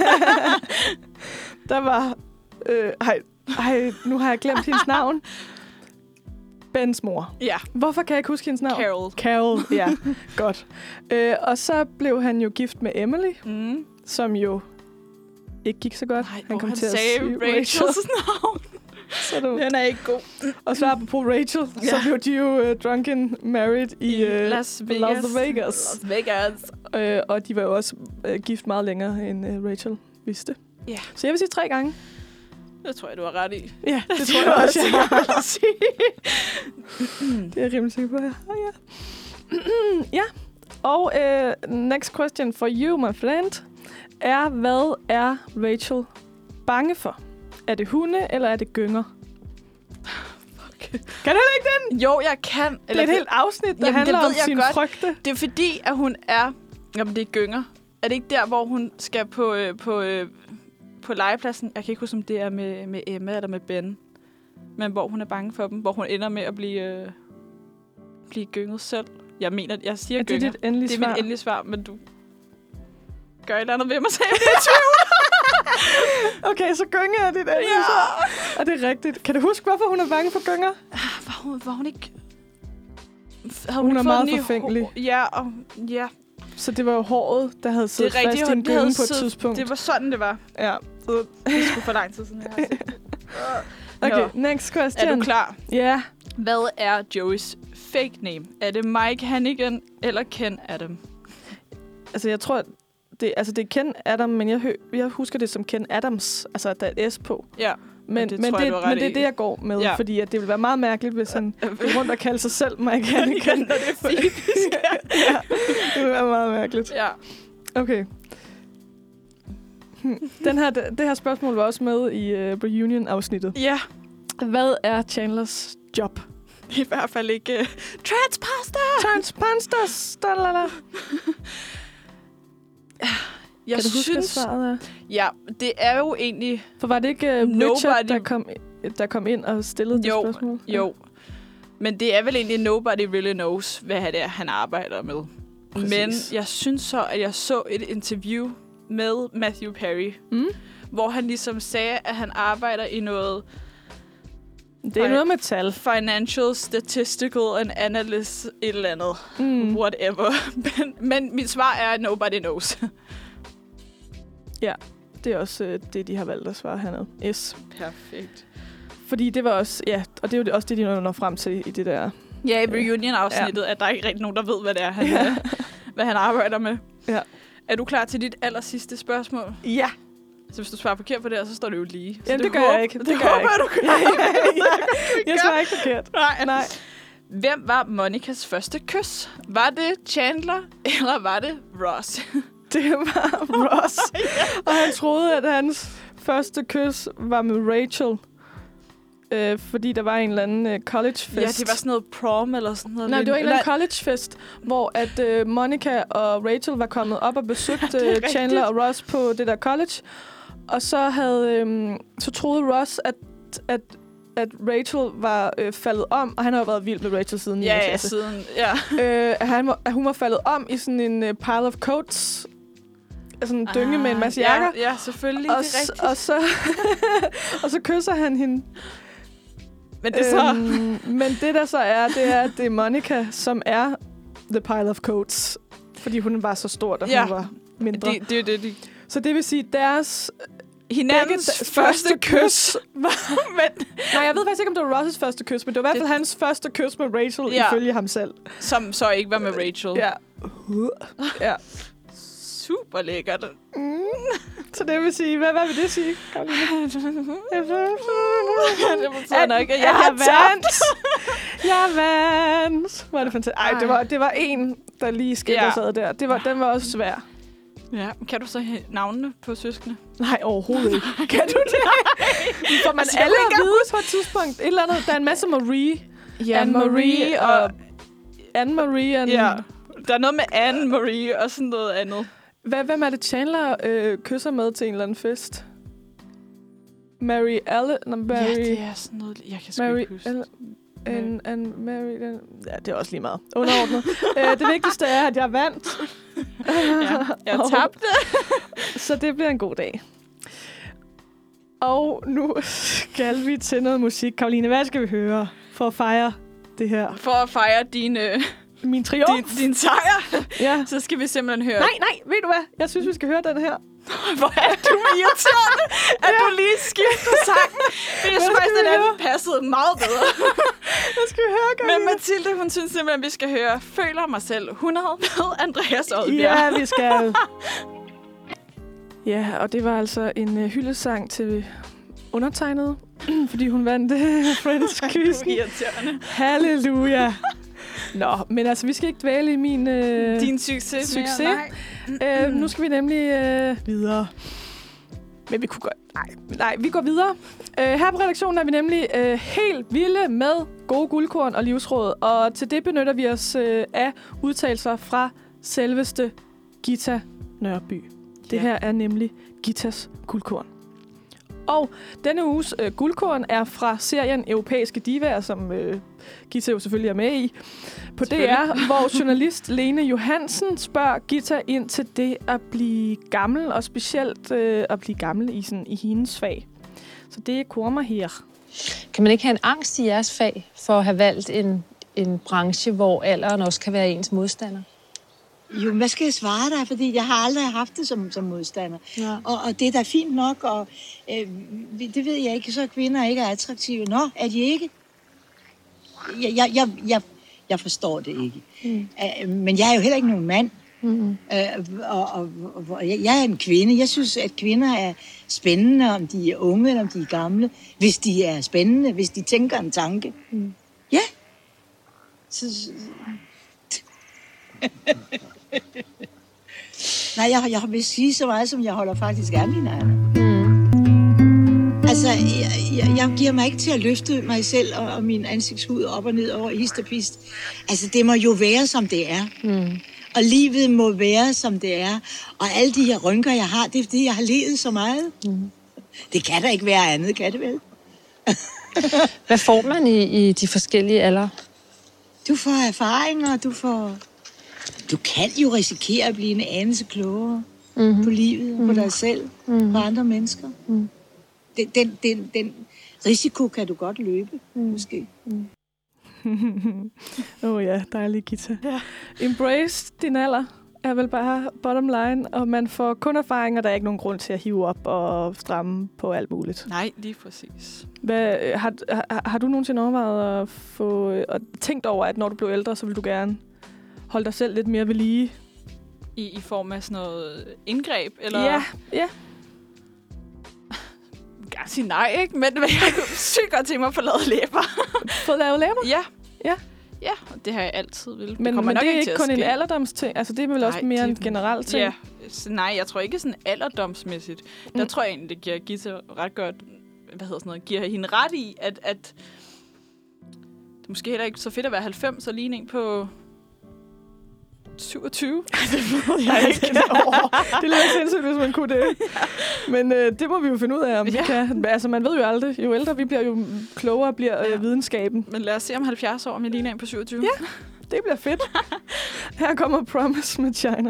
Der var... Øh, ej, ej, nu har jeg glemt hendes navn. Bens mor. Ja. Hvorfor kan jeg ikke huske hendes navn? Carol. Carol, ja. Godt. Øh, og så blev han jo gift med Emily, mm. som jo ikke gik så godt. Nej, han kom han til at sagde sige Rachels navn. Så det, den er ikke god. Og så på Rachel, ja. Så blev de jo uh, drunken married i uh, Las Vegas. Las Vegas. Las Vegas. Uh, og de var jo også uh, gift meget længere, end uh, Rachel vidste. Ja. Yeah. Så jeg vil sige tre gange. Det tror jeg, du har ret i. Ja, det, det tror jeg også, jeg vil sige. Det er jeg rimelig sikker på, ja. Oh, ja. ja. Og uh, next question for you, my friend, er, hvad er Rachel bange for? Er det hunde, eller er det gynger? Fuck. Kan du ikke den? Jo, jeg kan. Det er eller et det, helt afsnit, der jamen, handler om sin godt. frygte. Det er fordi, at hun er... Jamen, det er gynger. Er det ikke der, hvor hun skal på, øh, på, øh, på legepladsen? Jeg kan ikke huske, om det er med, med Emma eller med Ben. Men hvor hun er bange for dem. Hvor hun ender med at blive, øh, blive gynget selv. Jeg mener, jeg siger er gynger. Det, dit endelige det er svar? mit endelige svar, men du gør et eller andet ved mig, så jeg bliver i tvivl. Okay, så gynger er dit endelige ja. svar. Og det er rigtigt. Kan du huske, hvorfor hun er bange for gynger? Var hun, var hun ikke... Havde hun, hun er meget forfængelig. Ja, og ja. Så det var jo håret, der havde siddet fast rigtigt, i en gynge på et siddet, tidspunkt. Det var sådan, det var. Ja. Så det skulle for lang tid siden, jeg har set det. Okay, Nå. next question. Er du klar? Ja. Yeah. Hvad er Joeys fake name? Er det Mike Hannigan eller Ken Adam? Altså, jeg tror, det, altså, det er Ken Adam, men jeg, hø- jeg husker det som Ken Adams. Altså, der er et S på. Ja. Men, det, men, det, jeg, men det er det, jeg går med, ja. Fordi at det vil være meget mærkeligt, hvis han går rundt og kalder sig selv Mike Hannigan. Når det er Phoebes. Ja, det vil være meget mærkeligt. Ja. Okay. Den her, det her spørgsmål var også med i uh, reunion-afsnittet. Ja. Hvad er Chandlers job? I hvert fald ikke... Uh, Transpasta! Transpasta! Jeg kan du huske, synes, svaret er? Ja, det er jo egentlig... For var det ikke uh, Richard, der kom, der kom ind og stillede jo, det spørgsmål? Jo, jo. Men det er vel egentlig nobody really knows, hvad det er, han arbejder med. Præcis. Men jeg synes så, at jeg så et interview med Matthew Perry, mm. hvor han ligesom sagde, at han arbejder i noget... Det er fi- noget med tal. Financial, statistical and analyst, et eller andet. Mm. Whatever. men, men mit svar er, nobody knows. Ja, det er også øh, det, de har valgt at svare hernede. S. Perfekt. Fordi det var også, ja, og det er jo også det, de når frem til i det der... Ja, i reunion-afsnittet, ja. At der er ikke rigtig nogen, der ved, hvad det er, han, ja. hvad han arbejder med. Ja. Er du klar til dit aller sidste spørgsmål? Ja. Så hvis du svarer forkert på det her, så står det jo lige. Jamen, det, det gør håber, jeg ikke. Det, det gør håber jeg, du gør. Ja, ja, ja. Jeg svarer ikke forkert. Nej. Nej. Hvem var Monicas første kys? Var det Chandler, eller var det Ross? Det var Ross. Ja. Og han troede, at hans første kys var med Rachel. Øh, fordi der var en eller anden uh, collegefest. Ja, det var sådan noget prom eller sådan noget. Nej, det var en eller anden collegefest, hvor at uh, Monica og Rachel var kommet op og besøgt uh, Chandler og Ross på det der college. Og så havde øhm, så troede Ross, at, at, at Rachel var øh, faldet om, og han har jo været vild med Rachel siden Ja, niende ja, klasse. siden, ja. Øh, at, han var, at hun var faldet om i sådan en uh, pile of coats, sådan en dynge ah, med en masse jakker. Ja, ja selvfølgelig, og, det er rigtigt. Og så, og så kysser han hende. Men det så... Øhm, men det, der så er, det er, at det er Monica, som er the pile of coats. Fordi hun var så stor, da ja. hun var mindre. Det, det er det, de... Så det vil sige, deres... Hinandens første, første kys. men, nej, jeg ved faktisk ikke, om det var Ross' første kys, men det var i hvert fald hans første kys med Rachel, ja. ifølge ham selv. Som så ikke var med Rachel. Ja. ja. Super lækkert. Mm. Så det vil sige, hvad, hvad vil det sige, Karoline? det betyder nok, at jeg, jeg har tabt. jeg vandt. Var det fantastisk. Ej, det var, det var en, der lige skete ja. sad der. Det var, den var også svær. Ja, kan du så navnene på søskende? Nej, overhovedet ikke. Kan du det? For man alle at vide på et tidspunkt. Et eller andet, der er en masse Marie. Ja, Anne-Marie og... Anne-Marie og... Ja, der er noget med Anne-Marie og sådan noget andet. Hvad, hvem er det, Chandler øh, kysser med til en eller anden fest? Mary Allen? No, Mary, ja, det er sådan noget... Jeg kan sgu Mary ikke huske. And, and Mary... Den, ja, det er også lige meget. Underordnet. øh, det vigtigste er, at jeg vandt. ja, jeg tabte. Så det bliver en god dag. Og nu skal vi til noget musik. Karoline, hvad skal vi høre for at fejre det her? For at fejre din... Øh Min triumf. Din, din sejr. Ja. Så skal vi simpelthen høre... Nej, nej, ved du hvad? Jeg synes, vi skal høre den her. Hvor er du irriterende, at ja. du lige skifter sangen. Jeg synes faktisk, den anden passede meget bedre. Hvad skal vi høre, Karoline? Men Mathilde, hun synes simpelthen, at vi skal høre Føler mig selv hundrede med Andreas Odbjerg. Ja, vi skal. Ja, og det var altså en uh, hyldesang til undertegnede, fordi hun vandt uh, Friends-kyssen. Halleluja. Nå, men altså, vi skal ikke dvæle i min... Øh, Din succes. succes. Mere, nej. Øh, nu skal vi nemlig øh, videre. Men vi kunne godt... Nej, nej, vi går videre. Øh, her på redaktionen er vi nemlig øh, helt vilde med gode guldkorn og livsråd. Og til det benytter vi os øh, af udtalelser fra selveste Gita Nørby. Det ja. her er nemlig Gitas guldkorn. Og denne uges øh, guldkorn er fra serien Europæiske Divaer, som øh, Gita jo selvfølgelig er med i, på D R, hvor journalist Lene Johansen spørger Gita ind til det at blive gammel, og specielt øh, at blive gammel i, sådan, i hendes fag. Så det kommer her. Kan man ikke have en angst i jeres fag for at have valgt en, en branche, hvor alderen også kan være ens modstander? Jo, hvad skal jeg svare dig? Fordi jeg har aldrig haft det som, som modstander. Ja. Og, og det er da fint nok, og øh, det ved jeg ikke, så kvinder ikke er attraktive. Nå, er de ikke? Jeg, jeg, jeg, jeg, jeg forstår det ikke. Mm. Uh, men jeg er jo heller ikke nogen mand. Mm. Uh, og, og, og jeg, jeg er en kvinde. Jeg synes, at kvinder er spændende, om de er unge eller om de er gamle. Hvis de er spændende, hvis de tænker en tanke. Mm. Ja. Så... Nej, jeg, jeg vil sige så meget, som jeg holder faktisk af mine egne. Mm. Altså, jeg, jeg, jeg giver mig ikke til at løfte mig selv og, og min ansigtshud op og ned over hist og pist. Altså, det må jo være, som det er. Mm. Og livet må være, som det er. Og alle de her rynker, jeg har, det er fordi, jeg har levet så meget. Mm. Det kan da ikke være andet, kan det vel? Hvad får man i, i de forskellige aldre? Du får erfaringer, du får... Du kan jo risikere at blive en anelse klogere mm-hmm. på livet, mm-hmm. på dig selv, mm-hmm. på andre mennesker. Mm. Den, den, den, den risiko kan du godt løbe, mm. måske. Åh mm. oh ja, dejlig Gita. Ja. Embrace din alder er vel bare bottom line, og man får kun erfaringer, der er ikke nogen grund til at hive op og stramme på alt muligt. Nej, lige præcis. Hvad, har, har, har du nogensinde overvejet at få at tænkt over, at når du bliver ældre, så vil du gerne holde dig selv lidt mere ved lige? I, i form af sådan noget indgreb? Eller? Ja, ja. Jeg kan sige nej, ikke? Men jeg kunne sygt godt tænke mig at få lavet læber. Få lavet læber? Ja. Ja. Ja, og det har jeg altid vil. Men det, men det er ikke kun en alderdomsting. Altså, det er vel nej, også mere en generel ting. Ja. Så nej, jeg tror ikke sådan alderdomsmæssigt. Mm. Der tror jeg egentlig, det giver Gita ret godt, hvad hedder sådan noget, giver hende ret i, at, at det måske heller ikke så fedt at være halvfems og ligne en på syvogtyve? Det ved jeg ikke. Det er lidt sindssygt, hvis man kunne det. Men øh, det må vi jo finde ud af, om ja. vi kan. Altså, man ved jo aldrig. Jo ældre vi bliver, jo klogere bliver øh, videnskaben. Men lad os se om halvfjerds år, om jeg ligner en på syvogtyve. Ja, det bliver fedt. Her kommer Promise med China.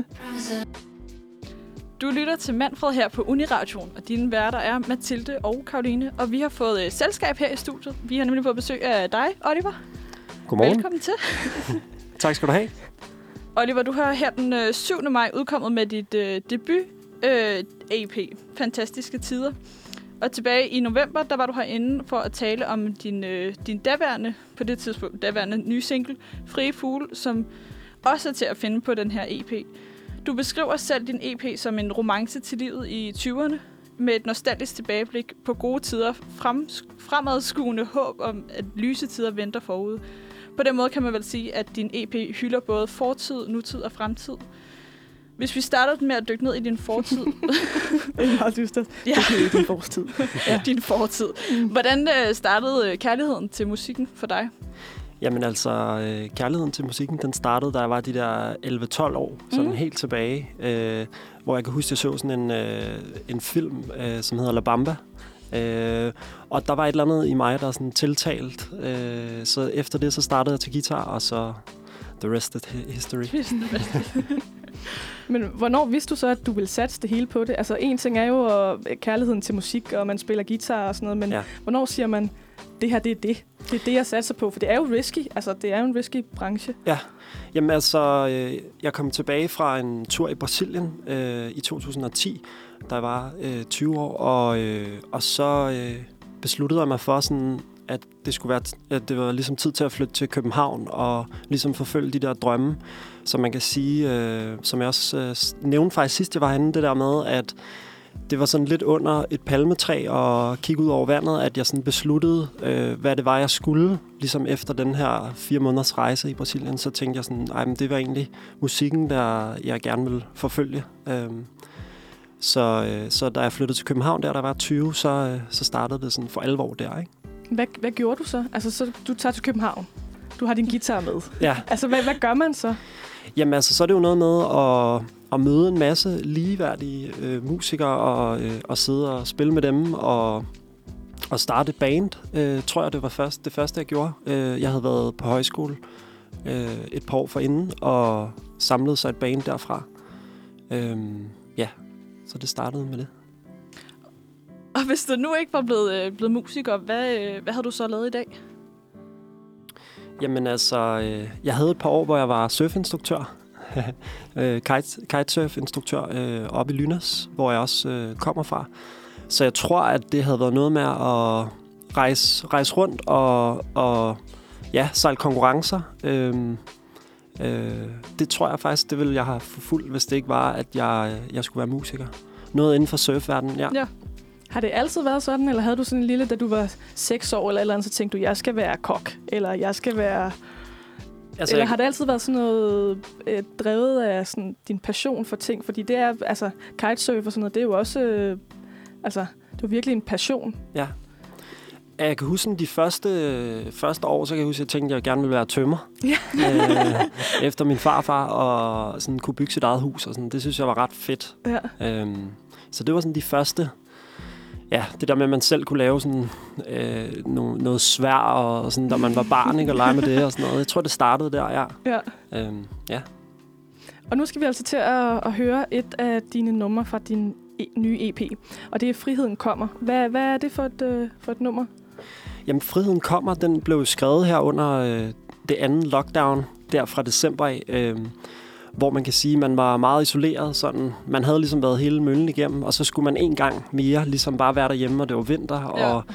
Du lytter til Manfred her på Uniradioen, og dine værter er Mathilde og Karoline. Og vi har fået øh, selskab her i studiet. Vi har nemlig fået besøg af dig, Oliver. Godmorgen. Velkommen til. Tak skal du have. Oliver, du har her den øh, syvende maj udkommet med dit øh, debut øh, A P, Fantastiske Tider. Og tilbage i november, der var du herinde for at tale om din, øh, din daværende, på det tidspunkt, daværende nye single, Frie Fugle, som også er til at finde på den her E P. Du beskriver selv din E P som en romance til livet i tyverne, med et nostalgisk tilbageblik på gode tider, frem, fremadskuende håb om, at lyse tider venter forude. På den måde kan man vel sige, at din E P hylder både fortid, nutid og fremtid. Hvis vi starter med at dykke ned i din fortid. Det er meget dystert. Ja. Dykke ned i din fortid. Ja, din fortid. Hvordan startede kærligheden til musikken for dig? Jamen altså, øh, kærligheden til musikken, den startede, da jeg var de der elleve tolv år, sådan mm. helt tilbage, øh, hvor jeg kan huske, at jeg så sådan en, øh, en film, øh, som hedder La Bamba. Øh, og der var et eller andet i mig, der sådan tiltalt. Øh, så efter det, så startede jeg til guitar, og så the rest is history. Men hvornår vidste du så, at du ville satse det hele på det? Altså, en ting er jo uh, kærligheden til musik, og man spiller guitar og sådan noget, men ja. Hvornår siger man, det her, det er det. Det er det, jeg satser på, for det er jo risky. Altså, det er jo en risky branche. Ja. Jamen altså, øh, jeg kom tilbage fra en tur i Brasilien øh, i to tusind og ti, da jeg var øh, tyve år, og, øh, og så øh, besluttede jeg mig for sådan, at det skulle være, at det var ligesom tid til at flytte til København og ligesom forfølge de der drømme, som man kan sige, øh, som jeg også øh, nævnte faktisk sidst, jeg var henne, det der med, at det var sådan lidt under et palmetræ og kigge ud over vandet, at jeg sådan besluttede, øh, hvad det var, jeg skulle. Ligesom efter den her fire måneders rejse i Brasilien, så tænkte jeg sådan, ej, men det var egentlig musikken, der jeg gerne ville forfølge. Øhm, så, øh, så da jeg flyttede til København, der der var tyve, så, øh, så startede det sådan for alvor der, ikke? Hvad, hvad gjorde du så? Altså, så du tager til København. Du har din guitar med. Ja. Altså, hvad, hvad gør man så? Jamen, altså, så er det jo noget med at, at møde en masse ligeværdige øh, musikere og, øh, og sidde og spille med dem og, og starte et band. Øh, tror jeg, det var først, det første, jeg gjorde. Øh, jeg havde været på højskole øh, et par år forinden og samlede sig et band derfra. Øh, ja, så det startede med det. Og hvis du nu ikke var blevet, øh, blevet musiker, hvad, øh, hvad havde du så lavet i dag? Jamen altså, øh, jeg havde et par år, hvor jeg var surfinstruktør. øh, kite, kitesurf-instruktør øh, oppe i Lynas, hvor jeg også øh, kommer fra. Så jeg tror, at det havde været noget med at rejse, rejse rundt og, og ja, sejle konkurrencer. Øh, øh, det tror jeg faktisk, det ville jeg have forfulgt, hvis det ikke var, at jeg, jeg skulle være musiker. Noget inden for surfverdenen, ja. Ja. Har det altid været sådan, eller havde du sådan en lille, da du var seks år eller et eller andet, så tænkte du, jeg skal være kok, eller jeg skal være... Altså, eller jeg... har det altid været sådan noget øh, drevet af sådan, din passion for ting? Fordi det er, altså, kitesurf og sådan noget, det er jo også, øh, altså, det er virkelig en passion. Ja. Jeg kan huske sådan, de første, øh, første år, så kan jeg huske, at jeg tænkte, at jeg gerne ville være tømrer. Ja. øh, efter min farfar, og sådan kunne bygge sit eget hus, og sådan. Det synes jeg var ret fedt. Ja. Øhm, så det var sådan de første... Ja, det der med, at man selv kunne lave sådan, øh, no, noget svær, og sådan, da man var barn, ikke, og lege med det og sådan noget. Jeg tror, det startede der, ja. Ja. Øhm, ja. Og nu skal vi altså til at, at høre et af dine numre fra din e- nye E P. Og det er Friheden kommer. Hvad, hvad er det for et, øh, for et nummer? Jamen, Friheden kommer, den blev skrevet her under øh, det andet lockdown, der fra december af. Øh, hvor man kan sige, at man var meget isoleret. Sådan. Man havde ligesom været hele møllen igennem, og så skulle man en gang mere ligesom bare være derhjemme, og det var vinter. Ja. Og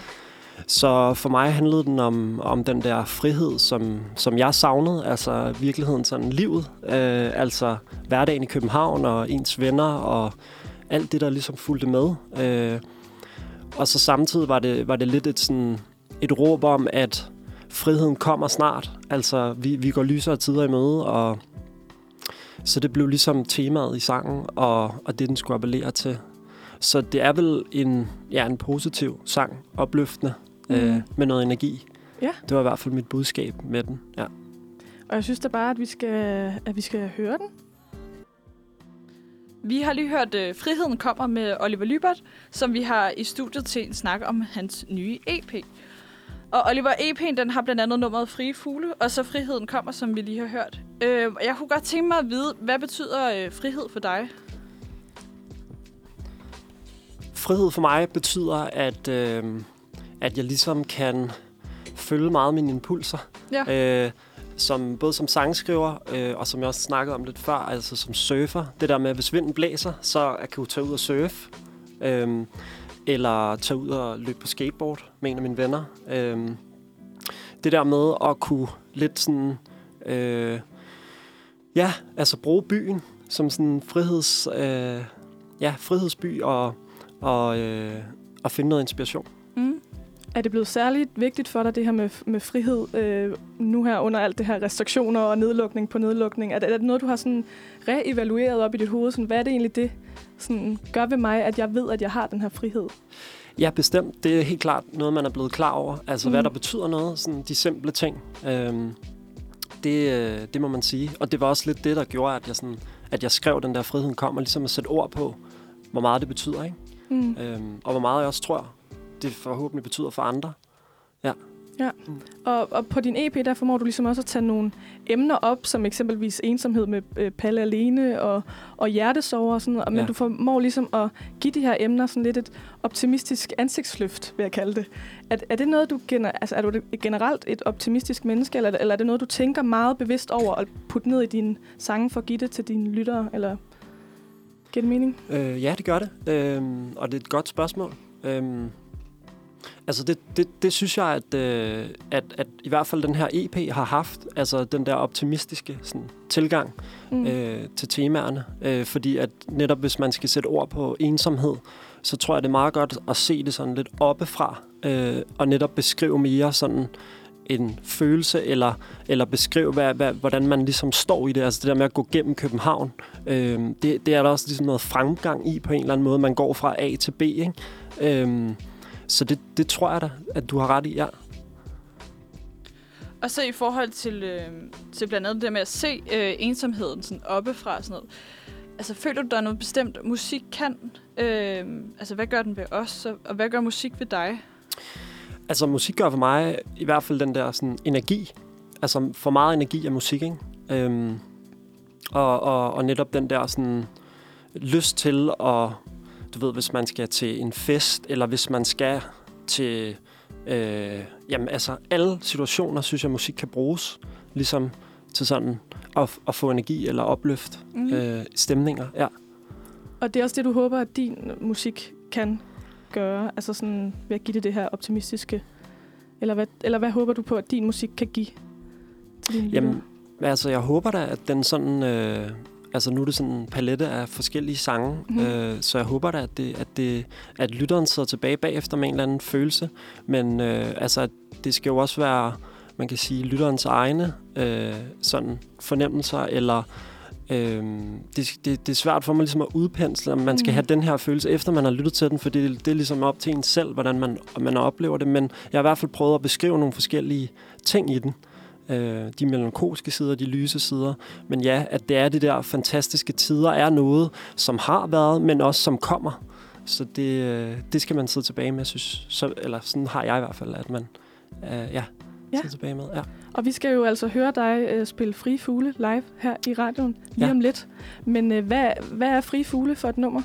så for mig handlede den om, om den der frihed, som, som jeg savnede. Altså virkeligheden, sådan livet. Øh, altså hverdagen i København, og ens venner, og alt det, der ligesom fulgte med. Øh, og så samtidig var det, var det lidt et, sådan, et råb om, at friheden kommer snart. Altså vi, vi går lysere tider i møde, og så det blev ligesom temaet i sangen, og, og det, den skulle appellere til. Så det er vel en, ja, en positiv sang, opløftende, mm. øh, med noget energi. Ja. Det var i hvert fald mit budskab med den, ja. Og jeg synes da bare, at vi skal, at vi skal høre den. Vi har lige hørt uh, Friheden kommer med Oliver Lybert, som vi har i studiet til en snak om hans nye E P. Og Oliver, E P'en, den har blandt andet nummeret Frie Fugle, og så Friheden kommer, som vi lige har hørt. Uh, jeg kunne godt tænke mig at vide, hvad betyder uh, frihed for dig? Frihed for mig betyder, at, øh, at jeg ligesom kan følge meget mine impulser. Ja. Øh, som, både som sangskriver, øh, og som jeg også snakkede om lidt før, altså som surfer. Det der med, at hvis vinden blæser, så kan du tage ud og surfe. Øh, eller tage ud og løbe på skateboard med en af mine venner. Øh, det der med at kunne lidt sådan... Øh, ja, altså bruge byen som sådan en friheds, øh, ja, frihedsby og... Og, øh, og finde noget inspiration. Mm. Er det blevet særligt vigtigt for dig, det her med, med frihed, øh, nu her under alt det her restriktioner og nedlukning på nedlukning? Er det, er det noget, du har sådan reevalueret op i dit hoved? Sådan, hvad er det egentlig, det sådan, gør ved mig, at jeg ved, at jeg har den her frihed? Ja, bestemt. Det er helt klart noget, man er blevet klar over. Altså, mm. hvad der betyder noget. Sådan de simple ting. Øhm, det, det må man sige. Og det var også lidt det, der gjorde, at jeg, sådan, at jeg skrev den der Friheden kommer, ligesom at sætte ord på, hvor meget det betyder, ikke? Mm. Øhm, og hvor meget jeg også tror, det forhåbentlig betyder for andre. Ja. Ja. Mm. Og, og på din E P, der formår du ligesom også at tage nogle emner op, som eksempelvis ensomhed med øh, Palle Alene og, og hjertesorger og sådan noget. Men ja. Du formår ligesom at give de her emner sådan lidt et optimistisk ansigtsløft, vil jeg kalde det. Er, er det noget, du gener, altså, er du generelt et optimistisk menneske, eller, eller er det noget, du tænker meget bevidst over at putte ned i dine sange for at give det til dine lyttere, eller... Giver det mening? Øh, ja, det gør det. Øhm, og det er et godt spørgsmål. Øhm, altså, det, det, det synes jeg, at, øh, at, at i hvert fald den her E P har haft. Altså, den der optimistiske sådan, tilgang mm. øh, til temaerne. Øh, fordi at netop hvis man skal sætte ord på ensomhed, så tror jeg, det er meget godt at se det sådan lidt oppefra. Øh, og netop beskrive mere sådan... en følelse, eller, eller beskrive, hvad, hvad, hvordan man ligesom står i det. Altså det der med at gå gennem København. Øhm, det, det er der også ligesom noget fremgang i på en eller anden måde. Man går fra A til B, ikke? Øhm, så det, det tror jeg da, at du har ret i, ja. Og så i forhold til, øh, til blandt andet det med at se øh, ensomheden sådan oppefra og sådan noget. Altså føler du, der er noget bestemt musik kan? Øh, altså hvad gør den ved os, og, og hvad gør musik ved dig? Altså, musik gør for mig i hvert fald den der sådan, energi. Altså, for meget energi af musik, ikke? Øhm, og, og, og netop den der sådan, lyst til at... Du ved, hvis man skal til en fest, eller hvis man skal til... Øh, jamen, altså, alle situationer, synes jeg, musik kan bruges. Ligesom til sådan at, at få energi eller opløft mm. øh, stemninger, ja. Og det er også det, du håber, at din musik kan gøre, altså sådan ved at give det det her optimistiske, eller hvad, eller hvad håber du på, at din musik kan give til dine lyttere? Jamen, altså jeg håber da, at den sådan, øh, altså nu er det sådan en palette af forskellige sange, mm-hmm. øh, så jeg håber da, at, det, at, det, at lytteren sidder tilbage bagefter med en eller anden følelse, men øh, altså at det skal jo også være, man kan sige, lytterens egne øh, sådan fornemmelser, eller Øhm, det, det, det er svært for mig ligesom at udpensle, om man skal mm. have den her følelse, efter man har lyttet til den, for det, det er ligesom op til en selv, hvordan man, man oplever det. Men jeg har i hvert fald prøvet at beskrive nogle forskellige ting i den. Øh, de melankolske sider, de lyse sider. Men ja, at det er de der fantastiske tider, er noget, som har været, men også som kommer. Så det, det skal man sidde tilbage med, synes, så, eller sådan har jeg i hvert fald, at man øh, ja, ja. sidder tilbage med. Ja. Og vi skal jo altså høre dig øh, spille Frie Fugle live her i radioen lige ja. om lidt. Men øh, hvad, hvad er Frie Fugle for et nummer?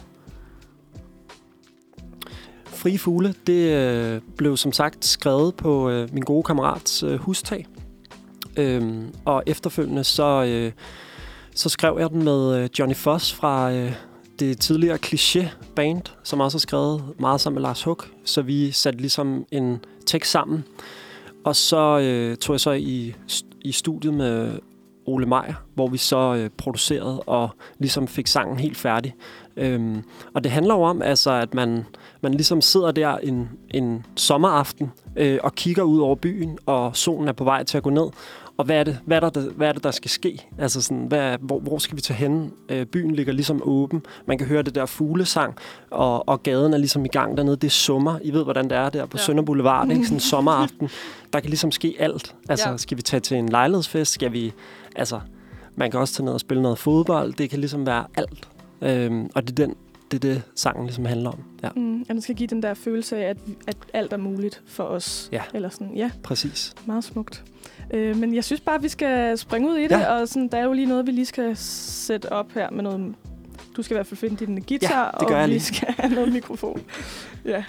Frie Fugle, det øh, blev som sagt skrevet på øh, min gode kammerats øh, hustag. Øhm, og efterfølgende så, øh, så skrev jeg den med øh, Johnny Foss fra øh, det tidligere Kliché-band, som også har skrevet meget sammen med Lars Hug. Så vi satte ligesom en tekst sammen. Og så øh, tog jeg så i, i studiet med Ole Meyer, hvor vi så øh, producerede og ligesom fik sangen helt færdig. Øhm, og det handler jo om, altså, at man, man ligesom sidder der en, en sommeraften øh, og kigger ud over byen, og solen er på vej til at gå ned. og hvad er det, hvad er der, hvad er det der skal ske? Altså sådan, hvad, hvor, hvor skal vi tage hen? Øh, byen ligger ligesom åben. Man kan høre det der fuglesang, og, og gaden er ligesom i gang dernede. Det er sommer. I ved, hvordan det er der på ja. Sønder Boulevard, ikke? Sådan en sommeraften. Der kan ligesom ske alt. Altså, ja. Skal vi tage til en lejlighedsfest? Skal vi... Altså, man kan også tage ned og spille noget fodbold. Det kan ligesom være alt. Øhm, og det er den det, er det sangen ligesom handler om. Ja. Mm, og den skal give den der følelse af, at, at alt er muligt for os. Ja, eller sådan. Ja. Præcis. Meget smukt. Øh, men jeg synes bare, at vi skal springe ud i det. Ja. Og sådan, der er jo lige noget, vi lige skal sætte op her med noget... Du skal i hvert fald finde din guitar, ja, og vi lige. skal have noget mikrofon. Ja.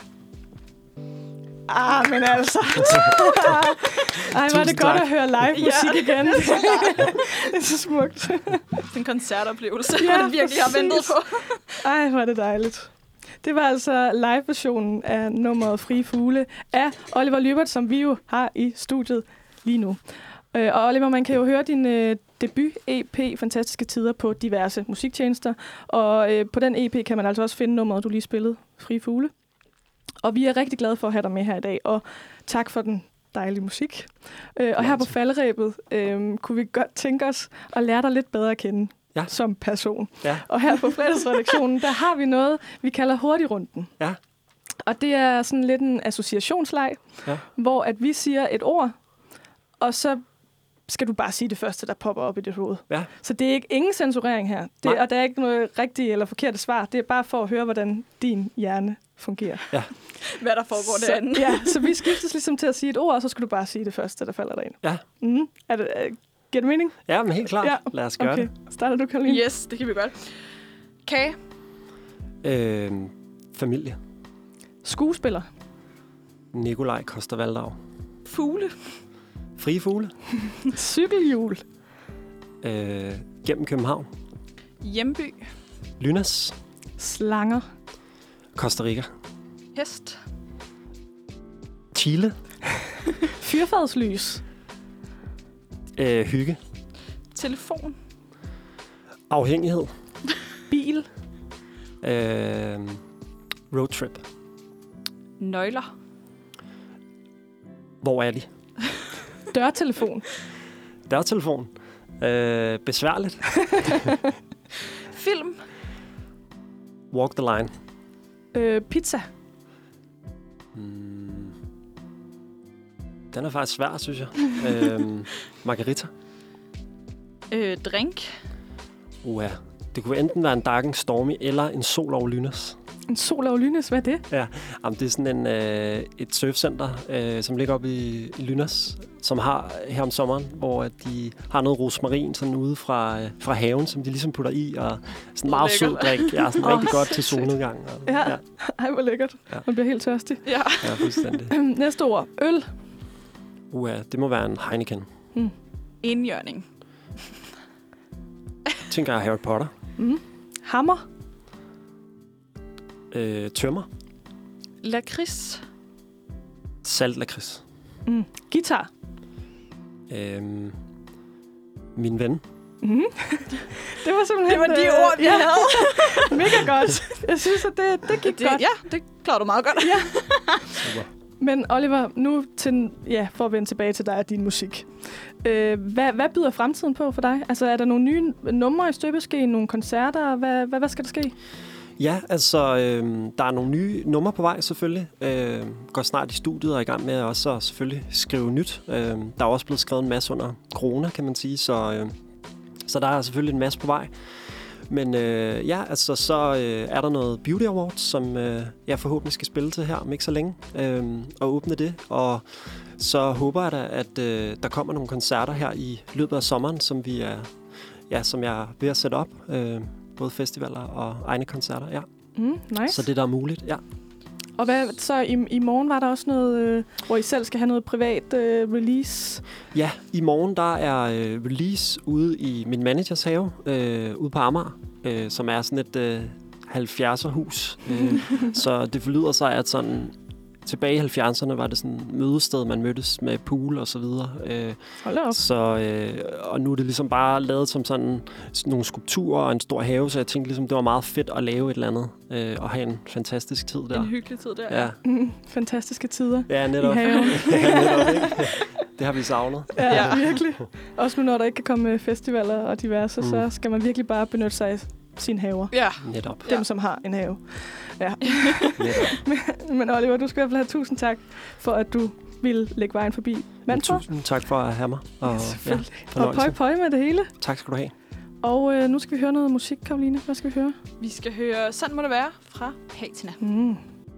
Ah, men altså. Ej, var det tak. Godt at høre live musik ja. Igen. Det er så smukt. Det er en koncertoplevelse, ja, man virkelig har ventet på. Ej, hvor er det dejligt. Det var altså live-versionen af nummeret Frie Fugle af Oliver Lübbert, som vi jo har i studiet lige nu. Og Oliver, man kan jo høre din øh, debut-E P, Fantastiske Tider, på diverse musiktjenester. Og øh, på den E P kan man altså også finde nummeret, du lige spillede, Frie Fugle. Og vi er rigtig glade for at have dig med her i dag, og tak for den dejlige musik. Øh, og her på falderæbet øh, kunne vi godt tænke os at lære dig lidt bedre at kende ja. Som person. Ja. Og her på fredagsredaktionen, der har vi noget, vi kalder hurtigrunden. Ja. Og det er sådan lidt en associationsleg, ja. Hvor at vi siger et ord, og så skal du bare sige det første, der popper op i dit hoved. Ja. Så det er ikke ingen censurering her. Det, og der er ikke noget rigtigt eller forkert svar. Det er bare for at høre, hvordan din hjerne fungerer. Ja. Hvad der foregår så, derinde. Ja, så vi skiftes ligesom til at sige et ord, og så skal du bare sige det første, der falder dig ind. Ja. Mm. Er det, uh, giver det mening? Ja, men helt klart. Ja. Lad os gøre okay. det. Starter du, Karoline? Yes, det kan vi godt. Kage. Øh, familie. Skuespiller. Nikolaj Coster-Waldau. Fugle. Frie fugle. Cykelhjul. Øh, gennem København. Hjemby. Lynas. Slanger. Costa Rica. Hest. Chile. Fyrfadslys. Øh, hygge. Telefon. Afhængighed. Bil. Øh, roadtrip. Nøgler. Hvor er de? Dørtelefon. Dørtelefon. Øh, besværligt. Film. Walk the line. Øh, pizza. Mm. Den er faktisk svær, synes jeg. øh, margarita. Øh, drink. Uha. Det kunne enten være en Darken Stormy eller en Sol over Lynes. En Sol over Lynes? Hvad er det? Ja, jamen, det er sådan en, øh, et surfcenter, øh, som ligger oppe i, i Lynes, som har her om sommeren, hvor de har noget rosmarin sådan ude fra, øh, fra haven, som de ligesom putter i, og sådan meget sød drik. Ja, sådan oh, rigtig godt til solnedgang. Og, ja. ja, ej, hvor lækkert. Ja. Man bliver helt tørstig. Ja, ja fuldstændig. Næste ord. Øl. Uha, det må være en Heineken. Hmm. Enhjørning. Tænker jeg Harry Potter. Mm. Hammer. Øh, tømmer. Lakrids. Saltlakrids. Mm. Guitar. Øhm, min ven. Mm. Det var simpelthen... Det var de ord, vi ja. havde. Mega godt. Jeg synes, at det, det gik det, godt. Ja, det klarer du meget godt. Ja. Super. Men Oliver, nu til, ja, for at vende tilbage til dig og din musik. Øh, hvad, hvad byder fremtiden på for dig? Altså, er der nogle nye numre i støbeskeen, nogle koncerter? Hvad, hvad, hvad skal der ske? Ja, altså, øh, der er nogle nye numre på vej selvfølgelig. Øh, går snart i studiet og er i gang med også at selvfølgelig skrive nyt. Øh, der er også blevet skrevet en masse under corona, kan man sige, så, øh, så der er selvfølgelig en masse på vej. Men øh, ja, altså så øh, er der noget Beauty Awards, som øh, jeg forhåbentlig skal spille til her om ikke så længe, øh, og åbne det. Og så håber jeg da, at øh, der kommer nogle koncerter her i løbet af sommeren, som vi er, ja, som jeg er ved at sætte op. Øh, både festivaler og egne koncerter, ja. Mm, nice. Så det der er muligt, ja. Og hvad, så i, i morgen var der også noget, øh, hvor I selv skal have noget privat øh, release? Ja, i morgen der er øh, release ude i min managers have, øh, ude på Amager, øh, som er sådan et øh, halvfjerdser hus. øh, så det forlyder sig, at sådan tilbage i halvfjerdserne var det sådan et mødested, man mødtes med pool og så videre. Øh, Hold op. Så, øh, og nu er det ligesom bare lavet som sådan nogle skulpturer og en stor have, så jeg tænkte ligesom, det var meget fedt at lave et eller andet øh, og have en fantastisk tid der. En hyggelig tid der. Ja. Mm, fantastiske tider ja, netop. i haven. ja, netop, ikke? Det har vi savnet. Ja, ja, virkelig. Også nu, når der ikke kan komme festivaler og diverse, mm. så skal man virkelig bare benytte sig af sine haver. Ja. Netop. Dem, som har en have. Ja. men, men Oliver, du skal i hvert fald have tusind tak for, at du ville lægge vejen forbi Manfred. Tusind tak for at have mig. Og, ja, selvfølgelig. Ja, og pøj, pøj med det hele. Tak skal du have. Og øh, nu skal vi høre noget musik, Karoline. Hvad skal vi høre? Vi skal høre Sådan må det være fra Patina. Mm.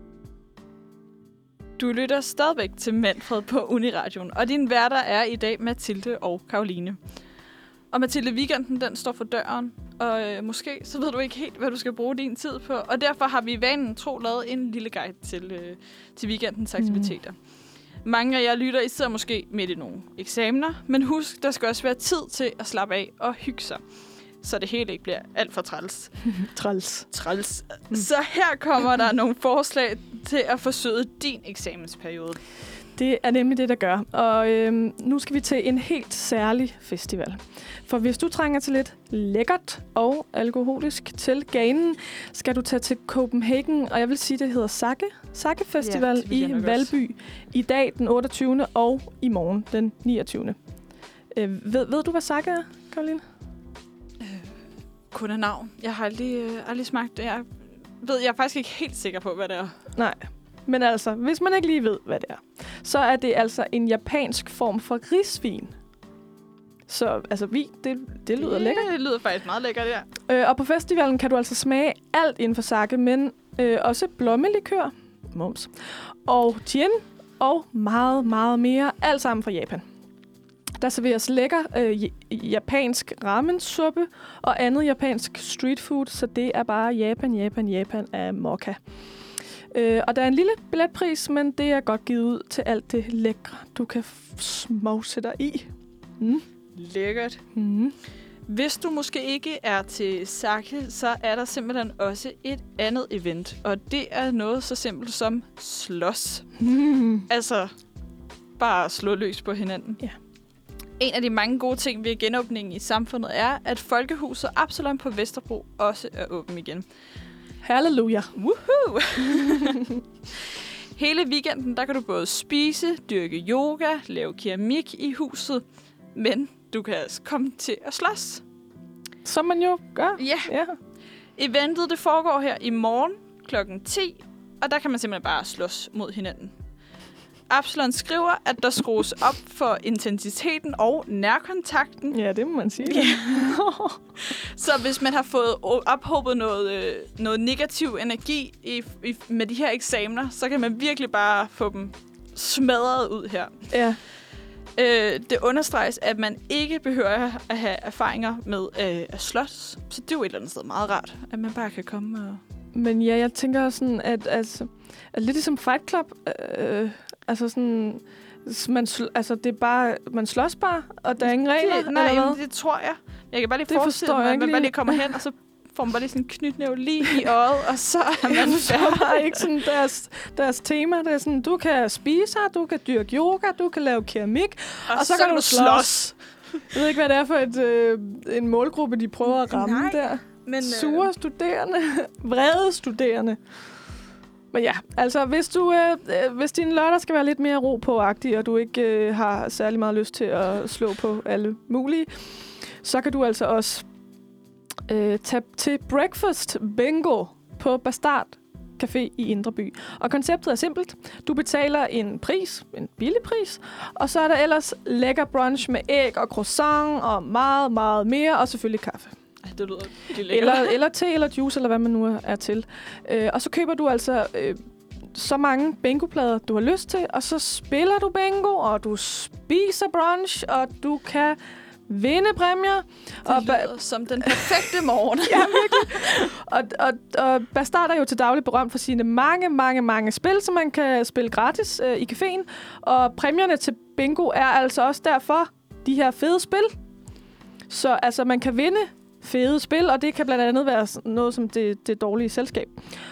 Du lytter stadigvæk til Manfred på Uniradioen, og dine værter er i dag Mathilde og Karoline. Og Mathilde, weekenden den står for døren, og øh, måske så ved du ikke helt, hvad du skal bruge din tid på. Og derfor har vi i vanen tro lavet en lille guide til, øh, til weekendens aktiviteter. Mm. Mange af jer lytter, I sidder måske midt i nogle eksamener, men husk, der skal også være tid til at slappe af og hygge sig, så det hele ikke bliver alt for træls. træls. Træls. Mm. Så her kommer der nogle forslag til at forsøge din eksamensperiode. Det er nemlig det, der gør. Og øhm, nu skal vi til en helt særlig festival. For hvis du trænger til lidt lækkert og alkoholisk til ganen, skal du tage til Copenhagen, og jeg vil sige, det hedder Sake. Sake Festival ja, i Valby. I dag den otteogtyvende og i morgen den niogtyvende. Øh, ved, ved du, hvad Sake er, Karoline? Øh, kun af navn. Jeg har aldrig, øh, aldrig smagt det. Jeg ved, jeg er faktisk ikke helt sikker på, hvad det er. Nej. Men altså, hvis man ikke lige ved, hvad det er, så er det altså en japansk form for risvin. Så altså, vin, det, det lyder yeah, lækkert. Det lyder faktisk meget lækkert, ja. Øh, og på festivalen kan du altså smage alt inden for sake, men øh, også blommelikør, mums, og gin, og meget, meget mere. Alt sammen fra Japan. Der serveres lækker øh, japansk ramensuppe og andet japansk street food, så det er bare Japan, Japan, Japan af mokka. Øh, og der er en lille billetpris, men det er godt givet ud til alt det lækre, du kan småse dig i. Mm. Lækkert. Mm. Hvis du måske ikke er til sake, så er der simpelthen også et andet event. Og det er noget så simpelt som slås. Mm. Altså, bare slå løs på hinanden. Ja. En af de mange gode ting ved genåbningen i samfundet er, at Folkehuset Absalon på Vesterbro også er åben igen. Halleluja. Woohoo! Hele weekenden, der kan du både spise, dyrke yoga, lave keramik i huset, men du kan også komme til at slås. Som man jo gør. Ja. ja. Eventet, det foregår her i morgen klokken ti, og der kan man simpelthen bare slås mod hinanden. Absalon skriver, at der skrues op for intensiteten og nærkontakten. Ja, det må man sige. Ja. Så hvis man har fået ophobet noget, øh, noget negativ energi i, i, med de her eksamener, så kan man virkelig bare få dem smadret ud her. Ja. Øh, det understreges, at man ikke behøver at have erfaringer med øh, at slås. Så det er jo et eller andet sted meget rart, at man bare kan komme og... Men ja, jeg tænker sådan, at, altså, at lidt ligesom Fight Club... Øh, Altså sådan, man, sl- altså det er bare, man slås bare, og der er ingen regler, det, nej, eller hvad? Det tror jeg. Jeg kan bare lige det forestille mig, at man bare lige kommer hen, og så får man bare lige sådan en knytnæve lige i øjet, og så er man færdig. Ikke sådan deres, deres tema. Det er sådan, du kan spise her, du kan dyrke yoga, du kan lave keramik, og, og så, så kan du slås. slås. Jeg ved ikke, hvad det er for et, øh, en målgruppe, de prøver at ramme nej, der. Men, Sure øh... studerende, vrede studerende. Men ja, altså hvis du øh, hvis din lørdag skal være lidt mere ro på-agtig, og du ikke øh, har særlig meget lyst til at slå på alle mulige, så kan du altså også øh, tage til breakfast bingo på Bastard Café i Indre By. Og konceptet er simpelt. Du betaler en pris, en billig pris, og så er der ellers lækker brunch med æg og croissant og meget, meget mere, og selvfølgelig kaffe. Det lyder eller, eller te, eller juice, eller hvad man nu er til. Øh, og så køber du altså øh, så mange bingoplader, du har lyst til, og så spiller du bingo, og du spiser brunch, og du kan vinde præmier. Det og lyder ba- som den perfekte morgen. Ja, virkelig. Og, og, og Bastard er jo til daglig berømt for sine mange, mange, mange spil, som man kan spille gratis øh, i caféen. Og præmierne til bingo er altså også derfor de her fede spil. Så altså, man kan vinde fede spil, og det kan blandt andet være noget som det, det dårlige selskab.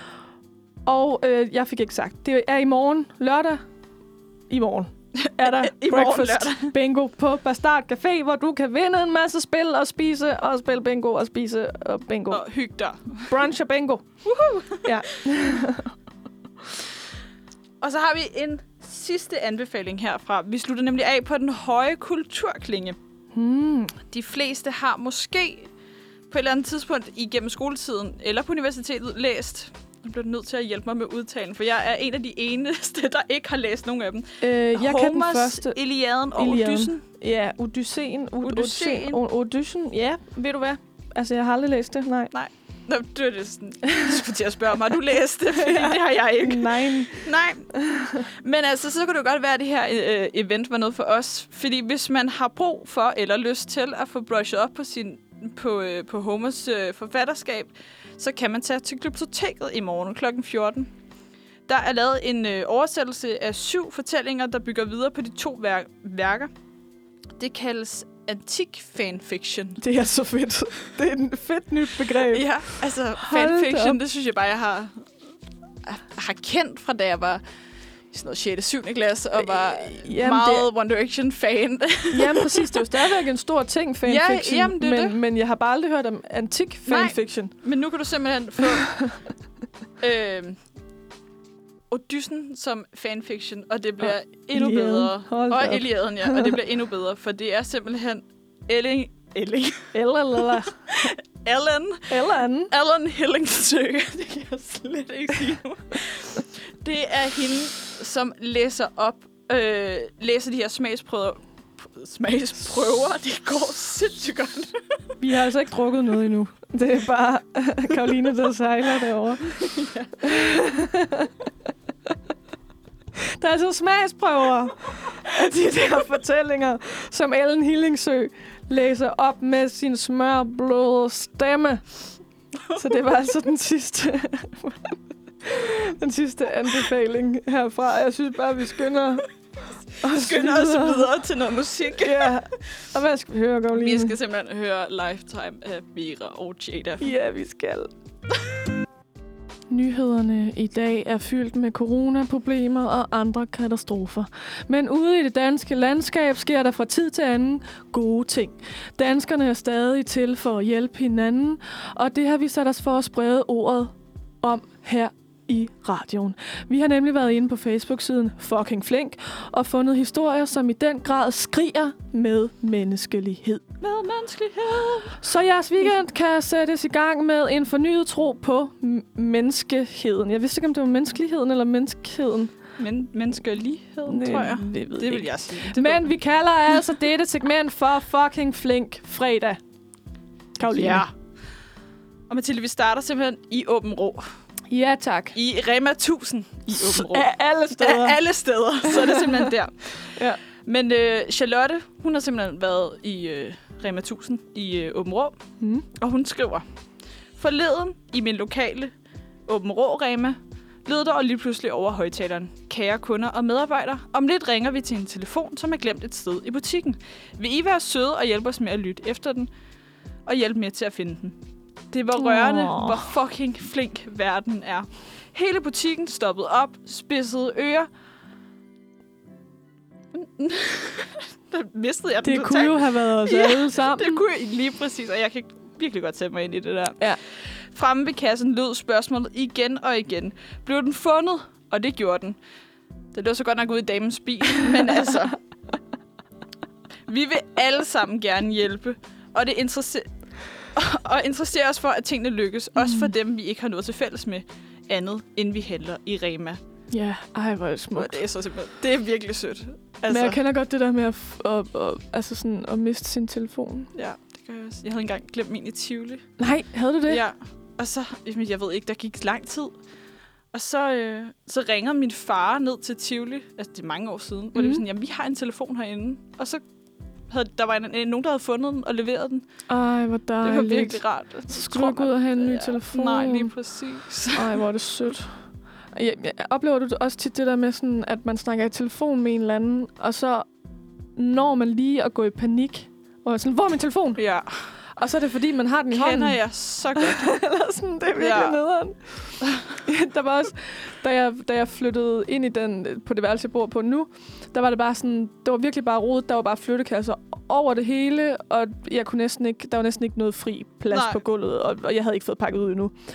Og øh, jeg fik ikke sagt, det er i morgen, lørdag, i morgen, er der I breakfast morgen, bingo på Bastard Café, hvor du kan vinde en masse spil og spise, og spille bingo og spise og bingo. Og hygge dig. Brunch og bingo. Woohoo! Ja. Og så har vi en sidste anbefaling herfra. Vi slutter nemlig af på den høje kulturklinge. Hmm. De fleste har måske på et eller andet tidspunkt igennem skoletiden eller på universitetet læst. Jeg bliver nødt til at hjælpe mig med udtalen, for jeg er en af de eneste, der ikke har læst nogen af dem. Øh, jeg Homers, kan den første. Iliaden og Iliaden. Odyssen. Ja, Odysseen. Odysseen. Odyssen, ja. Ved du hvad? Altså, jeg har aldrig læst det, nej. Nej. Nå, det er det sådan. Jeg skulle til at spørge mig, har du læst det? Fordi det har jeg ikke. Nej. Nej. Men altså, så kunne det godt være, at det her øh, event var noget for os. Fordi hvis man har brug for eller lyst til at få brushet op på, sin, på, øh, på Homers øh, forfatterskab, så kan man tage til Glyptoteket i morgen klokken fjorten. Der er lavet en øh, oversættelse af syv fortællinger, der bygger videre på de to vær- værker. Det kaldes antik fanfiction. Det er så fedt. Det er et fedt nyt begreb. Ja, altså fanfiction, det synes jeg bare, jeg har, har kendt fra da jeg var i sådan noget sjette syvende klasse og var jamen, meget det... One Direction-fan. Jamen præcis, det er jo stadigvæk en stor ting, fanfiction. Ja, jamen, det men, det. men jeg har bare aldrig hørt om antik fanfiction. Nej, men nu kan du simpelthen få øh, Odyssen som fanfiction, og det bliver og endnu Iliaden. bedre. Hold og Iliaden, ja, og det bliver endnu bedre, for det er simpelthen Elling... Elling? Ellen. Ellen. Ellen. Ellen Hillingsø. Det kan jeg slet ikke sige nu. Det er hende, som læser op, øh, læser de her smagsprøver. Smagsprøver, det går sindssygt godt. Vi har altså ikke drukket noget endnu. Det er bare Karoline, der sejler derovre. Ja. Der er altså smagsprøver af de der fortællinger, som Ellen Hillingsø læser op med sin smørbløde stemme. Så det var altså den sidste, den sidste anbefaling herfra. Jeg synes bare, vi skynder os skynder os videre til noget musik. Ja. Og hvad skal vi høre, Karoline? Vi skal simpelthen høre Lifetime af Vera og Jada. Ja, vi skal. Nyhederne i dag er fyldt med coronaproblemer og andre katastrofer. Men ude i det danske landskab sker der fra tid til anden gode ting. Danskerne er stadig til for at hjælpe hinanden, og det har vi sat os for at sprede ordet om her i radioen. Vi har nemlig været inde på Facebook-siden Fucking Flink og fundet historier, som i den grad skriger med menneskelighed. Med menneskelighed. Så jeres weekend kan sættes i gang med en fornyet tro på m- menneskeheden. Jeg vidste ikke, om det var menneskeligheden eller menneskeheden. Men menneskeligheden, tror jeg. Det, det vil jeg sige. Det Men vi kalder altså dette segment for Fucking Flink fredag. Karoline. Ja. Og Mathilde, vi starter simpelthen i Åben Rå. Ja, tak. I Rema tusind i Åben Rå. Af alle steder. Af alle steder. Så er det simpelthen der. Ja. Men øh, Charlotte, hun har simpelthen været i øh, Rema tusind i øh, Åben Rå. Mm. Og hun skriver: Forleden i min lokale Åben Rå Rema lød der og lige pludselig over højtaleren: Kære kunder og medarbejdere, om lidt ringer vi til en telefon, som er glemt et sted i butikken. Vil I være søde og hjælpe os med at lytte efter den? Og hjælpe med til at finde den? Det var rørende, oh. hvor fucking flink verden er. Hele butikken stoppede op, spidsede ører. Der mistede jeg den. Det kunne jo have været os ja, alle sammen. Det kunne jeg lige præcis, og jeg kan virkelig godt sætte mig ind i det der. Ja. Fremme ved kassen lød spørgsmålet igen og igen. Blev den fundet? Og det gjorde den. Det lød så godt nok ud i damens bil, men altså... Vi vil alle sammen gerne hjælpe, og det interesserer... og interessere os for, at tingene lykkes. Mm. Også for dem, vi ikke har noget til fælles med andet, end vi handler i Rema. Ja, ej, hvor er det smukt. Det er så simpelthen. Det er virkelig sødt. Altså. Men jeg kender godt det der med at, f- at, at, altså sådan, at miste sin telefon. Ja, det gør jeg også. Jeg havde engang glemt min i Tivoli. Nej, havde du det? Ja, og så, jeg ved ikke, der gik lang tid. Og så, øh, så ringer min far ned til Tivoli, altså det er mange år siden, mm. hvor det var sådan, jamen vi har en telefon herinde. Og så havde, der var en, en, nogen, der havde fundet den og leveret den. Ej, hvor dejligt. Det var virkelig rart. Så skulle du gå ud og have en ny ja, telefon? Nej, lige præcis. Ej, hvor er det sødt. Jeg, jeg, oplever du også tit det der med, sådan, at man snakker i telefon med en eller anden, og så når man lige at gå i panik, og sådan, hvor er min telefon? Ja. Og så er det fordi, man har den i hånden. Kender jeg så godt. Eller sådan, det er virkelig ja. nederen. Der var også, da jeg, da jeg flyttede ind i den, på det værelse, jeg bor på nu, der var det bare sådan, det var virkelig bare rodet, der var bare flyttekasser over det hele, og jeg kunne næsten ikke, der var næsten ikke noget fri plads Nej. på gulvet, og, og jeg havde ikke fået pakket ud endnu.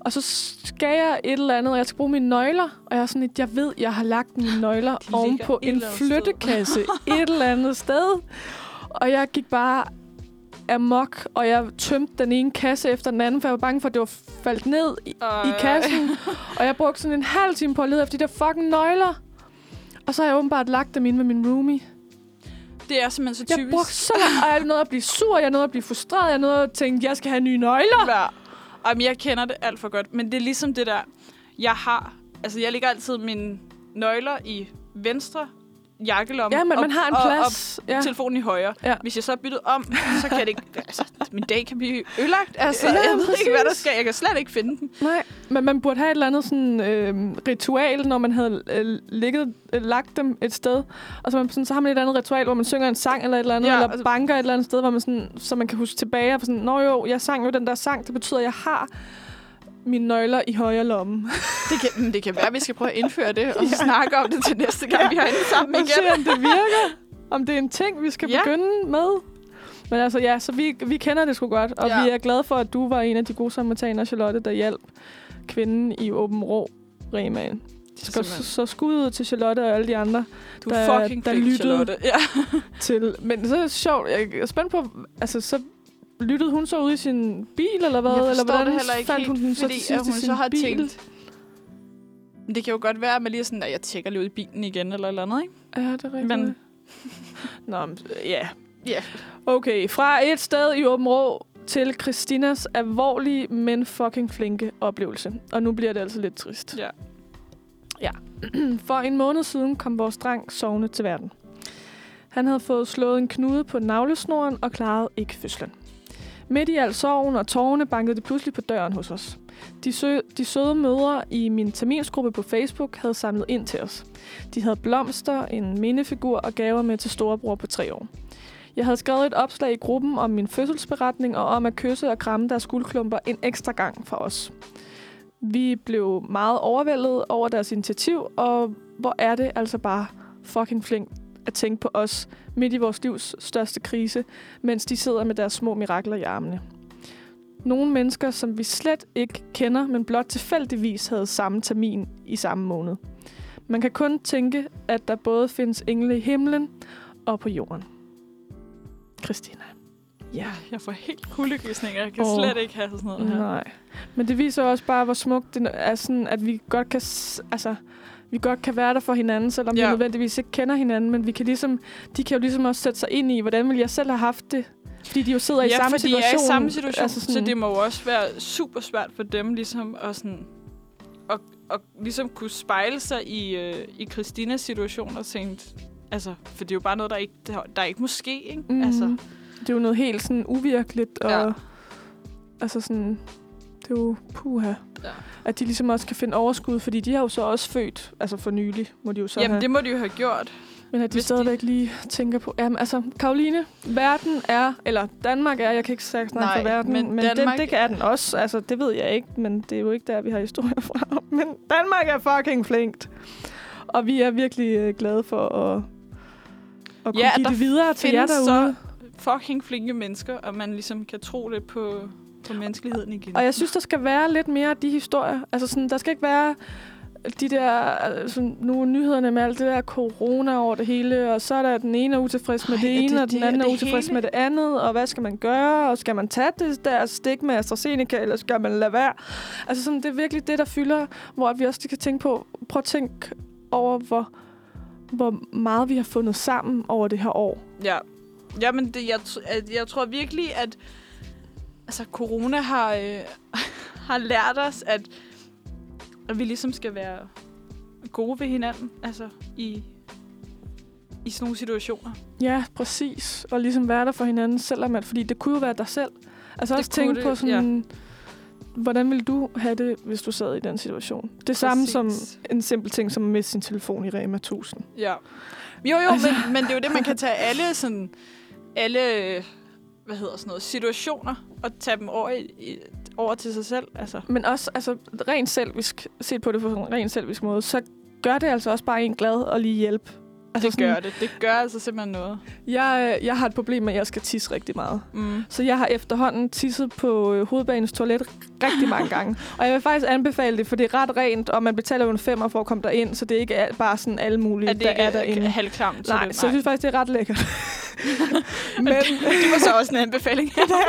Og så skal jeg et eller andet, og jeg skal bruge mine nøgler. Og jeg er sådan lidt, jeg ved, jeg har lagt mine nøgler oven på en flyttekasse et eller andet sted. Og jeg gik bare amok, og jeg tømte den ene kasse efter den anden, for jeg var bange for, at det var faldt ned i, i kassen. Og jeg brugte sådan en halv time på at lede efter de der fucking nøgler. Og så har jeg åbenbart lagt dem ind med min roomie. Det er simpelthen så typisk. Jeg brugte så meget, og jeg er nødt at blive sur, jeg er nødt at blive frustreret, jeg er nødt at tænke, jeg skal have nye nøgler. Ja. Jamen, jeg kender det alt for godt, men det er ligesom det der, jeg har, altså jeg lægger altid mine nøgler i venstre jakkelomme. Ja, men man og, har en plads. Og, og ja. telefonen i højre. Ja. Hvis jeg så er byttet om, så kan det ikke, altså, min dag kan blive ødelagt. Altså, ja, jeg ved præcis. ikke, hvad der skal. Jeg kan slet ikke finde den. Nej, men man burde have et eller andet sådan, øh, ritual, når man havde øh, ligget, øh, lagt dem et sted. Og så, man, sådan, så har man et andet ritual, hvor man synger en sang eller et eller andet, ja, eller altså, banker et eller andet sted, hvor man sådan, så man kan huske tilbage. Og sådan, nå jo, jeg sang jo den der sang. Det betyder, at jeg har mine nøgler i højre lomme. Det kan, det kan være, at vi skal prøve at indføre det, og ja. snakke om det til næste gang, ja. vi har inde sammen igen. Og se, om det virker. Om det er en ting, vi skal ja. begynde med. Men altså, ja, så vi, vi kender det sgu godt. Og ja. vi er glade for, at du var en af de gode samaritaner, Charlotte, der hjalp kvinden i Åben Rå, Remaen. Så, så skud til Charlotte og alle de andre, du der, fucking der flink, lyttede Charlotte. Ja. til. Men så er det sjovt. Jeg er spændt på, altså så lyttede hun så ude i sin bil, eller hvad? Jeg eller hvordan det heller ikke fandt helt, hun den så fordi til sidst at hun i sin så har bil? tænkt, det kan jo godt være, at man lige er sådan, at jeg tjekker lige ud i bilen igen, eller eller andet, ikke? Ja, det er rigtigt. Men Nå, ja. Ja. Okay, fra et sted i Åben Rå til Christinas alvorlige, men fucking flinke oplevelse. Og nu bliver det altså lidt trist. Ja. Ja. For en måned siden kom vores dreng sovende til verden. Han havde fået slået en knude på navlesnoren og klarede ikke fødslen. Midt i al sorgen og tårerne bankede det pludselig på døren hos os. De, sø- de søde mødre i min terminsgruppe på Facebook havde samlet ind til os. De havde blomster, en mindefigur og gaver med til storebror på tre år. Jeg havde skrevet et opslag i gruppen om min fødselsberetning og om at kysse og kramme deres guldklumper en ekstra gang for os. Vi blev meget overvældet over deres initiativ, og hvor er det altså bare fucking flink at tænke på os midt i vores livs største krise, mens de sidder med deres små mirakler i armene. Nogle mennesker, som vi slet ikke kender, men blot tilfældigvis havde samme termin i samme måned. Man kan kun tænke, at der både findes engle i himlen og på jorden. Christina. Ja, jeg får helt kuldegysninger. Jeg kan oh. slet ikke have sådan noget her. Nej. Men det viser også bare, hvor smukt det er, sådan, at vi godt kan, altså, vi godt kan være der for hinanden, selvom ja. vi nødvendigvis ikke kender hinanden. Men vi kan ligesom, de kan jo ligesom også sætte sig ind i, hvordan ville jeg selv have haft det. Fordi de jo sidder ja, i samme situation. Ja, fordi jeg er i samme situation, altså sådan, så det må jo også være super svært for dem ligesom at, sådan, at, at ligesom kunne spejle sig i, øh, i Christinas situation og tænke, altså, for det er jo bare noget, der ikke, der, der ikke må ske, ikke? Mm. Altså. Det er jo noget helt sådan uvirkeligt, og ja. altså sådan, det er jo puha. Ja. At de ligesom også kan finde overskud, fordi de har jo så også født, altså for nylig, må de jo så Jamen, have. det må de jo have gjort. Men at de stadigvæk de... lige tænker på, jamen altså, Karoline, verden er, eller Danmark er, jeg kan ikke sige snakke for verden, men, men Danmark... det, det er den også, altså det ved jeg ikke, men det er jo ikke der, vi har historier fra. Men Danmark er fucking flinkt, og vi er virkelig øh, glade for at, at kunne ja, give det videre til jer derude. Så fucking flinke mennesker, og man ligesom kan tro lidt på, på menneskeligheden igen. Og jeg synes, der skal være lidt mere af de historier. Altså sådan, der skal ikke være de der, altså, nu nyhederne med alt det der corona over det hele, og så er der den ene er utilfreds med Ej, det ene, det, og den anden det, er utilfreds hele? med det andet, og hvad skal man gøre, og skal man tage det der stik med AstraZeneca, eller skal man lade være? Altså sådan, det er virkelig det, der fylder, hvor vi også kan tænke på, prøv at tænke over, hvor, hvor meget vi har fundet sammen over det her år. Ja. Jamen, det, jeg, jeg tror virkelig, at altså, corona har, øh, har lært os, at, at vi ligesom skal være gode ved hinanden, altså i, i sådan nogle situationer. Ja, præcis. Og ligesom være der for hinanden, selvom at, fordi det kunne jo være dig selv. Altså det også tænke på sådan, ja. hvordan ville du have det, hvis du sad i den situation? Det præcis. Samme som en simpel ting, som at miste sin telefon i Rema tusind. Ja. Jo, jo, altså. men, men det er jo det, man kan tage alle sådan, alle, hvad hedder sådan noget, situationer, og tage dem over, i, over til sig selv. Altså. Men også, altså, rent selvisk, set på det på en rent selvisk måde, så gør det altså også bare en glad og lige hjælpe Altså det gør det. Det gør altså simpelthen noget. Jeg, jeg har et problem med, at jeg skal tisse rigtig meget. Mm. Så jeg har efterhånden tisset på øh, hovedbanens toilet rigtig mange gange. Og jeg vil faktisk anbefale det, for det er ret rent, og man betaler jo en femmer for at komme derind, så det er ikke al, bare sådan alle mulige, er det der ikke er derinde. halvklamt? Nej, det, så jeg synes faktisk, det er ret lækkert. men det var så også en anbefaling.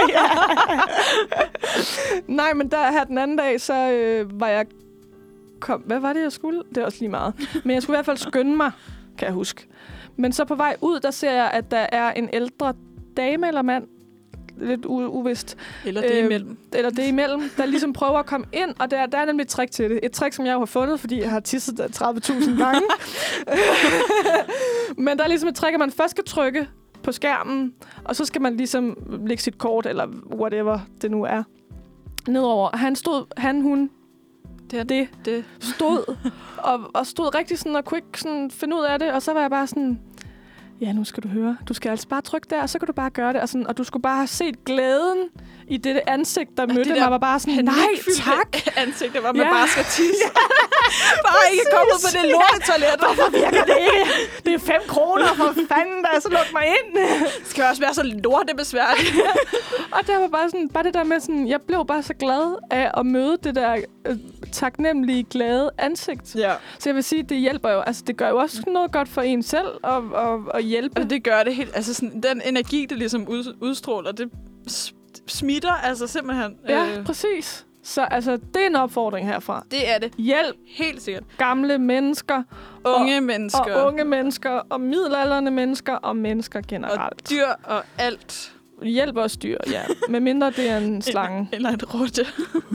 Nej, men der her den anden dag, så øh, var jeg... Kom, hvad var det, jeg skulle? Det er også lige meget. Men jeg skulle i hvert fald skynde mig, kan jeg huske. Men så på vej ud, der ser jeg, at der er en ældre dame eller mand, lidt u- uvist. Eller det øh, imellem. Eller det imellem, der ligesom prøver at komme ind, og der, der er nemlig et trick til det. Et trick, som jeg jo har fundet, fordi jeg har tisset der tredive tusind gange. Men der er ligesom et trick, at man først skal trykke på skærmen, og så skal man ligesom lægge sit kort, eller whatever det nu er, nedover. Han stod, han, hun, det, det, det. stod, og, og stod rigtig sådan, og kunne ikke sådan finde ud af det, og så var jeg bare sådan... Ja, nu skal du høre. Du skal altså bare trykke der, og så kan du bare gøre det. Og, sådan, og du skulle bare have set glæden i det ansigt, der mødte mig. Var bare sådan, nej, tak. Ansigt, der var, man ja. bare skal tisse. bare ikke komme ud på det lortetoilet. Hvorfor virker det ikke? Det er fem kroner, for fanden, der så luk mig ind. Det skal også være så lortebesværligt. Og der var bare sådan, bare det der med sådan, jeg blev bare så glad af at møde det der øh, taknemmelige, glade ansigt. Ja. Så jeg vil sige, det hjælper jo, altså det gør jo også noget godt for en selv at, at, at hjælpe. Altså det gør det helt, altså sådan, den energi, det ligesom ud, udstråler, det smitter altså simpelthen. Ja, øh. præcis. Så altså, det er en opfordring herfra. Det er det. Hjælp. Helt sikkert. Gamle mennesker. Unge og, mennesker. Og unge mennesker, og middelaldrende mennesker, og mennesker generelt. Og dyr og alt. Hjælp os dyr, ja. Med mindre det er en slange. Eller en rotte.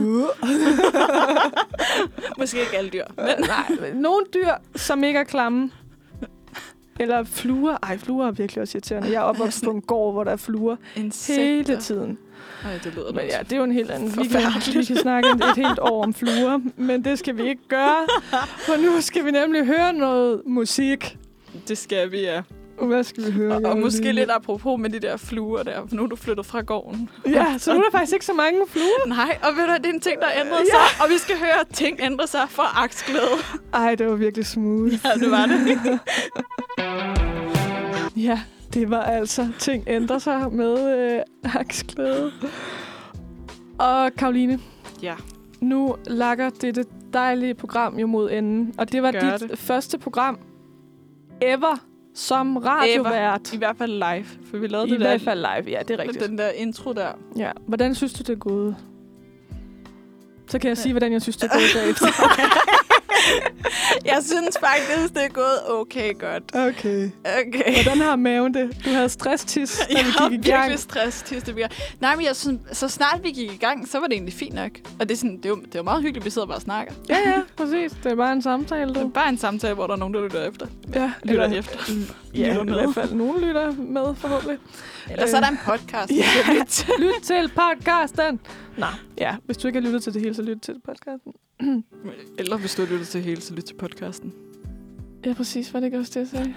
Måske ikke alle dyr. Men nej, nogle dyr, som ikke er klamme. Eller fluer. Ej, fluer er virkelig også irriterende. Jeg er opvokset på en gård, hvor der er fluer Insekter. hele tiden. Ej, det lyder men ja, det er jo en helt anden. Vi kan, vi kan snakke et, et helt år om fluer, men det skal vi ikke gøre. For nu skal vi nemlig høre noget musik. Det skal vi, ja. Hvad skal vi høre? Og, og måske lige? Lidt apropos med de der fluer der, for nu er du flyttet fra gården. Ja, så nu er der faktisk ikke så mange fluer. Nej, og ved du, det er en ting, der ændrer sig. Ja. Og vi skal høre, at ting ændrer sig for aksglæde. Ej, det var virkelig smooth. Ja, det var det. Ja, det var altså ting ændrer sig med øh, aksglæde. Og Karoline. Ja. Nu lakker dette dejlige program jo mod enden. Og det var det dit det. første program ever som radiovært. I hvert fald live, for vi lavede I det der. der. I hvert fald live, ja, det er rigtigt. Den der intro der. Ja, hvordan synes du, det er gået? Så kan jeg sige, hvordan jeg synes, det er gået bagefter. Jeg synes faktisk, det er gået okay godt. Okay. Okay. Hvordan har maven det? Du havde stress-tis, da jeg vi gik i gang. Jeg virkelig stress-tis. Det Nej, men jeg synes, så snart vi gik i gang, så var det egentlig fint nok. Og det er, sådan, det er, jo, det er jo meget hyggeligt, at vi sidder bare og snakker. Ja, ja, præcis. Det er bare en samtale, du. Det er bare en samtale, hvor der er nogen, der lytter efter. Ja, lytter eller, efter. Ja, lytter i hvert fald nogen lytter med, forhåbentlig. Eller så er der en podcast. Ja, lyt til podcasten. Nej, ja, hvis du ikke har lyttet til det hele, så lyt til podcasten. Eller hvis du har lyttet til det hele, så lyt til podcasten. Ja, præcis. Var det ikke også det, jeg sagde?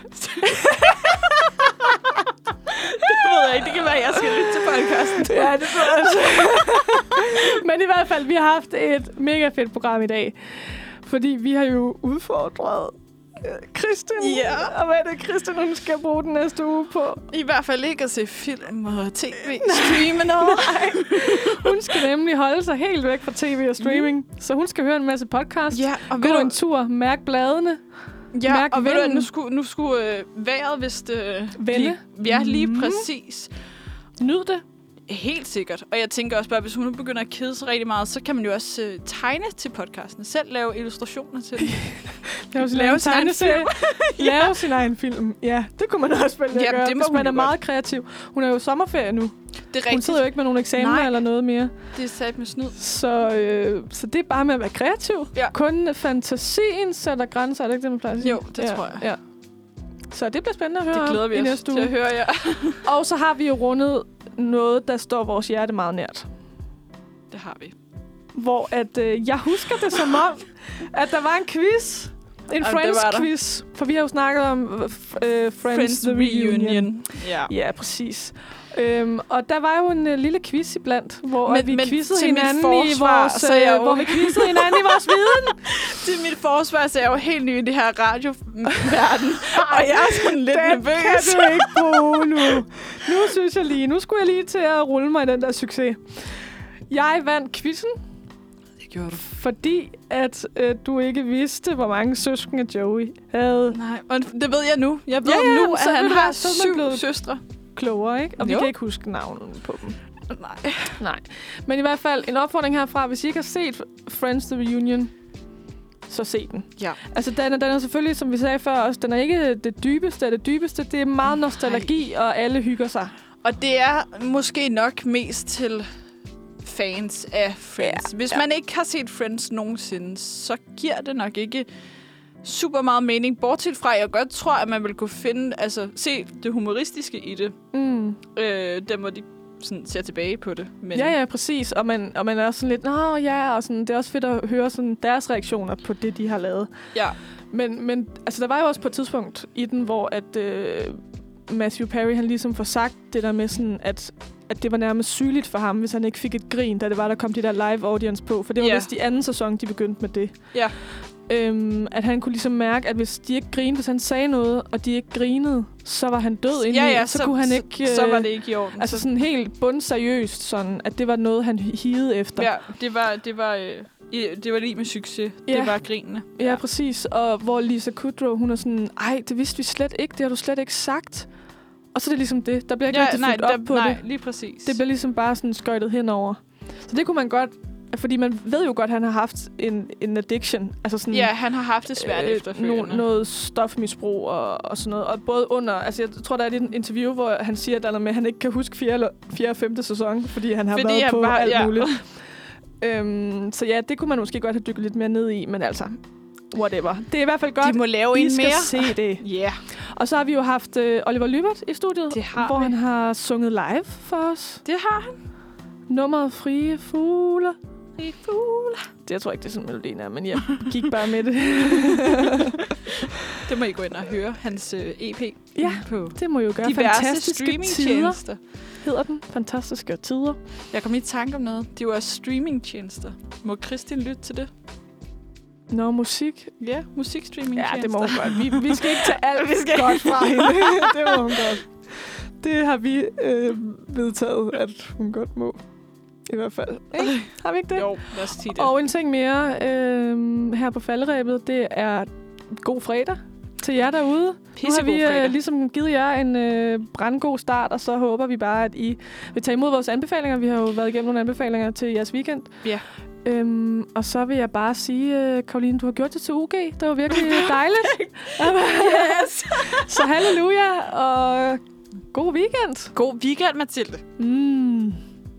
Det ved jeg ikke. Det kan være, at jeg skal lytte til podcasten. Ja, det tror jeg også. Men i hvert fald, vi har haft et mega fedt program i dag. Fordi vi har jo udfordret Kristin. Ja. Og hvad er det, Kristin, hun skal bruge den næste uge på? I hvert fald ikke at se film og tv, streame noget. Hun skal nemlig holde sig helt væk fra tv og streaming. Mm. Så hun skal høre en masse podcast. Ja, og gå du... en tur, mærk bladene. Ja, mærk og ved vinden. du, nu skulle, nu skulle øh, vejret vist... Øh, Vende. Ja, lige mm. præcis. Nyd det. Helt sikkert. Og jeg tænker også bare, hvis hun nu begynder at kede sig rigtig meget, så kan man jo også øh, tegne til podcasten. Selv lave illustrationer til den. lave sin egen tegneserie. Lave sin egen film. Ja, det kunne man også vælge ja, at gøre, det må hvis man er godt. meget kreativ. Hun er jo sommerferie nu. Det er rigtigt. Hun sidder jo ikke med nogen eksamener Nej. eller noget mere. Det er sat med snyd. Så, øh, så det er bare med at være kreativ. Ja. Kun fantasien sætter grænser. Er det ikke det, man plejer at sige? Jo, det ja, tror jeg. Ja. Så det bliver spændende at høre. Det glæder vi i os næste til at høre, ja. Og så har vi jo rundet noget, der står vores hjerte meget nært. Det har vi. Hvor at, øh, jeg husker det som om, at der var en quiz. En Jamen, Friends-quiz. For vi har jo snakket om uh, uh, Friends, Friends The Reunion. Reunion. Ja. Ja, præcis. Øhm, og der var jo en uh, lille quiz iblandt, hvor men, vi men quizzede hinanden forsvar, i vores, så jeg jo... hvor vi quizzede hinanden i vores viden. Til mit forsvar, så er jeg jo helt ny i det her radioverden, og jeg er sådan lidt den nervøs. Den kan du ikke bruge nu. Nu synes jeg lige, nu skulle jeg lige til at rulle mig i den der succes. Jeg vandt quizzen. Det gjorde du. Fordi at øh, du ikke vidste, hvor mange søskende Joey havde. Nej, og det ved jeg nu. Jeg ved ja, ja, nu, at han har syv søstre. Klogere, ikke? Og jo. Vi kan ikke huske navnet på dem. Nej. Nej. Men i hvert fald en opfordring herfra. Hvis I ikke har set Friends The Reunion, så se den. Ja. Altså, den er, den er selvfølgelig, som vi sagde før også, den er ikke det dybeste af det dybeste. Det er meget nostalgi, Ej. og alle hygger sig. Og det er måske nok mest til fans af Friends. Ja. Hvis ja. man ikke har set Friends nogensinde, så giver det nok ikke super meget mening. Bortset fra, jeg godt tror, at man vil kunne finde, altså se det humoristiske i det. Mm. Øh, der må de sådan ser tilbage på det. Men ja, ja, præcis. Og man, og man er også sådan lidt, nå ja, og sådan, det er også fedt at høre sådan deres reaktioner på det, de har lavet. Ja. Men, men altså, der var jo også på et tidspunkt i den, hvor at øh, Matthew Perry, han ligesom får sagt det der med sådan, at at det var nærmest sygeligt for ham, hvis han ikke fik et grin, da det var, der kom de der live audience på. For det var yeah. vist i anden sæson, de begyndte med det. Ja. Øhm, at han kunne ligesom mærke, at hvis de ikke grinede, hvis han sagde noget, og de ikke grinede, så var han død indeni. Ja, ja, så, så kunne han ikke... Så, så var det ikke i orden. Altså sådan helt bundseriøst, sådan, at det var noget, han higede efter. Ja, det var, det var, øh, det var lige med succes. Ja. Det var grinene. Ja, ja, præcis. Og hvor Lisa Kudrow, hun er sådan, ej, det vidste vi slet ikke, det har du slet ikke sagt. Og så er det ligesom det. Der bliver ikke ja, rigtig fuldt nej, op der, på nej, det. lige præcis. Det bliver ligesom bare sådan skøjtet henover. Så det kunne man godt... Fordi man ved jo godt, at han har haft en, en addiction. Altså sådan, ja, han har haft det svært øh, efterfølgende. No, noget stofmisbrug og, og sådan noget. Og både under... Altså, jeg tror, der er et interview, hvor han siger, at der er noget med, at han ikke kan huske fjerde og femte sæson, fordi han har fordi været på bare, alt ja. muligt. øhm, så ja, det kunne man måske godt have dykket lidt mere ned i, men altså... Whatever. Det er i hvert fald godt. De må lave en mere. I skal se det. Ja. Yeah. Og så har vi jo haft øh, Oliver Lübert i studiet, hvor vi. han har sunget live for os. Det har han. Nummeret Frie Fugle. Frie Fugle. Det jeg tror ikke, det er sådan melodien er, men jeg gik bare med det. Det må I gå ind og høre, hans øh, E P. Ja, på det må I jo gøre. Diverse streamingtjenester. Hedder den. Fantastiske tider. Jeg kom i tanke om noget. Det var streamingtjenester. Må Kristin lytte til det? Nå, musik. Ja, musikstreamingtjenester. Ja, det må hun godt. Vi, vi skal ikke tage alt vi skal godt fra hende. Det må hun godt. Det har vi øh, vedtaget, at hun godt må. I hvert fald. Ikke? Har vi ikke det? Jo, lad os sige det. Og en ting mere øh, her på falderæbet, det er god fredag til jer derude. Nu har vi øh, ligesom givet jer en øh, brandgod start, og så håber vi bare, at I vil tage imod vores anbefalinger. Vi har jo været igennem nogle anbefalinger til jeres weekend. Ja. Øhm, og så vil jeg bare sige, uh, Karoline, du har gjort det til U G. Det var virkelig dejligt. Yes! Så halleluja, og god weekend. God weekend, Mathilde. Mm.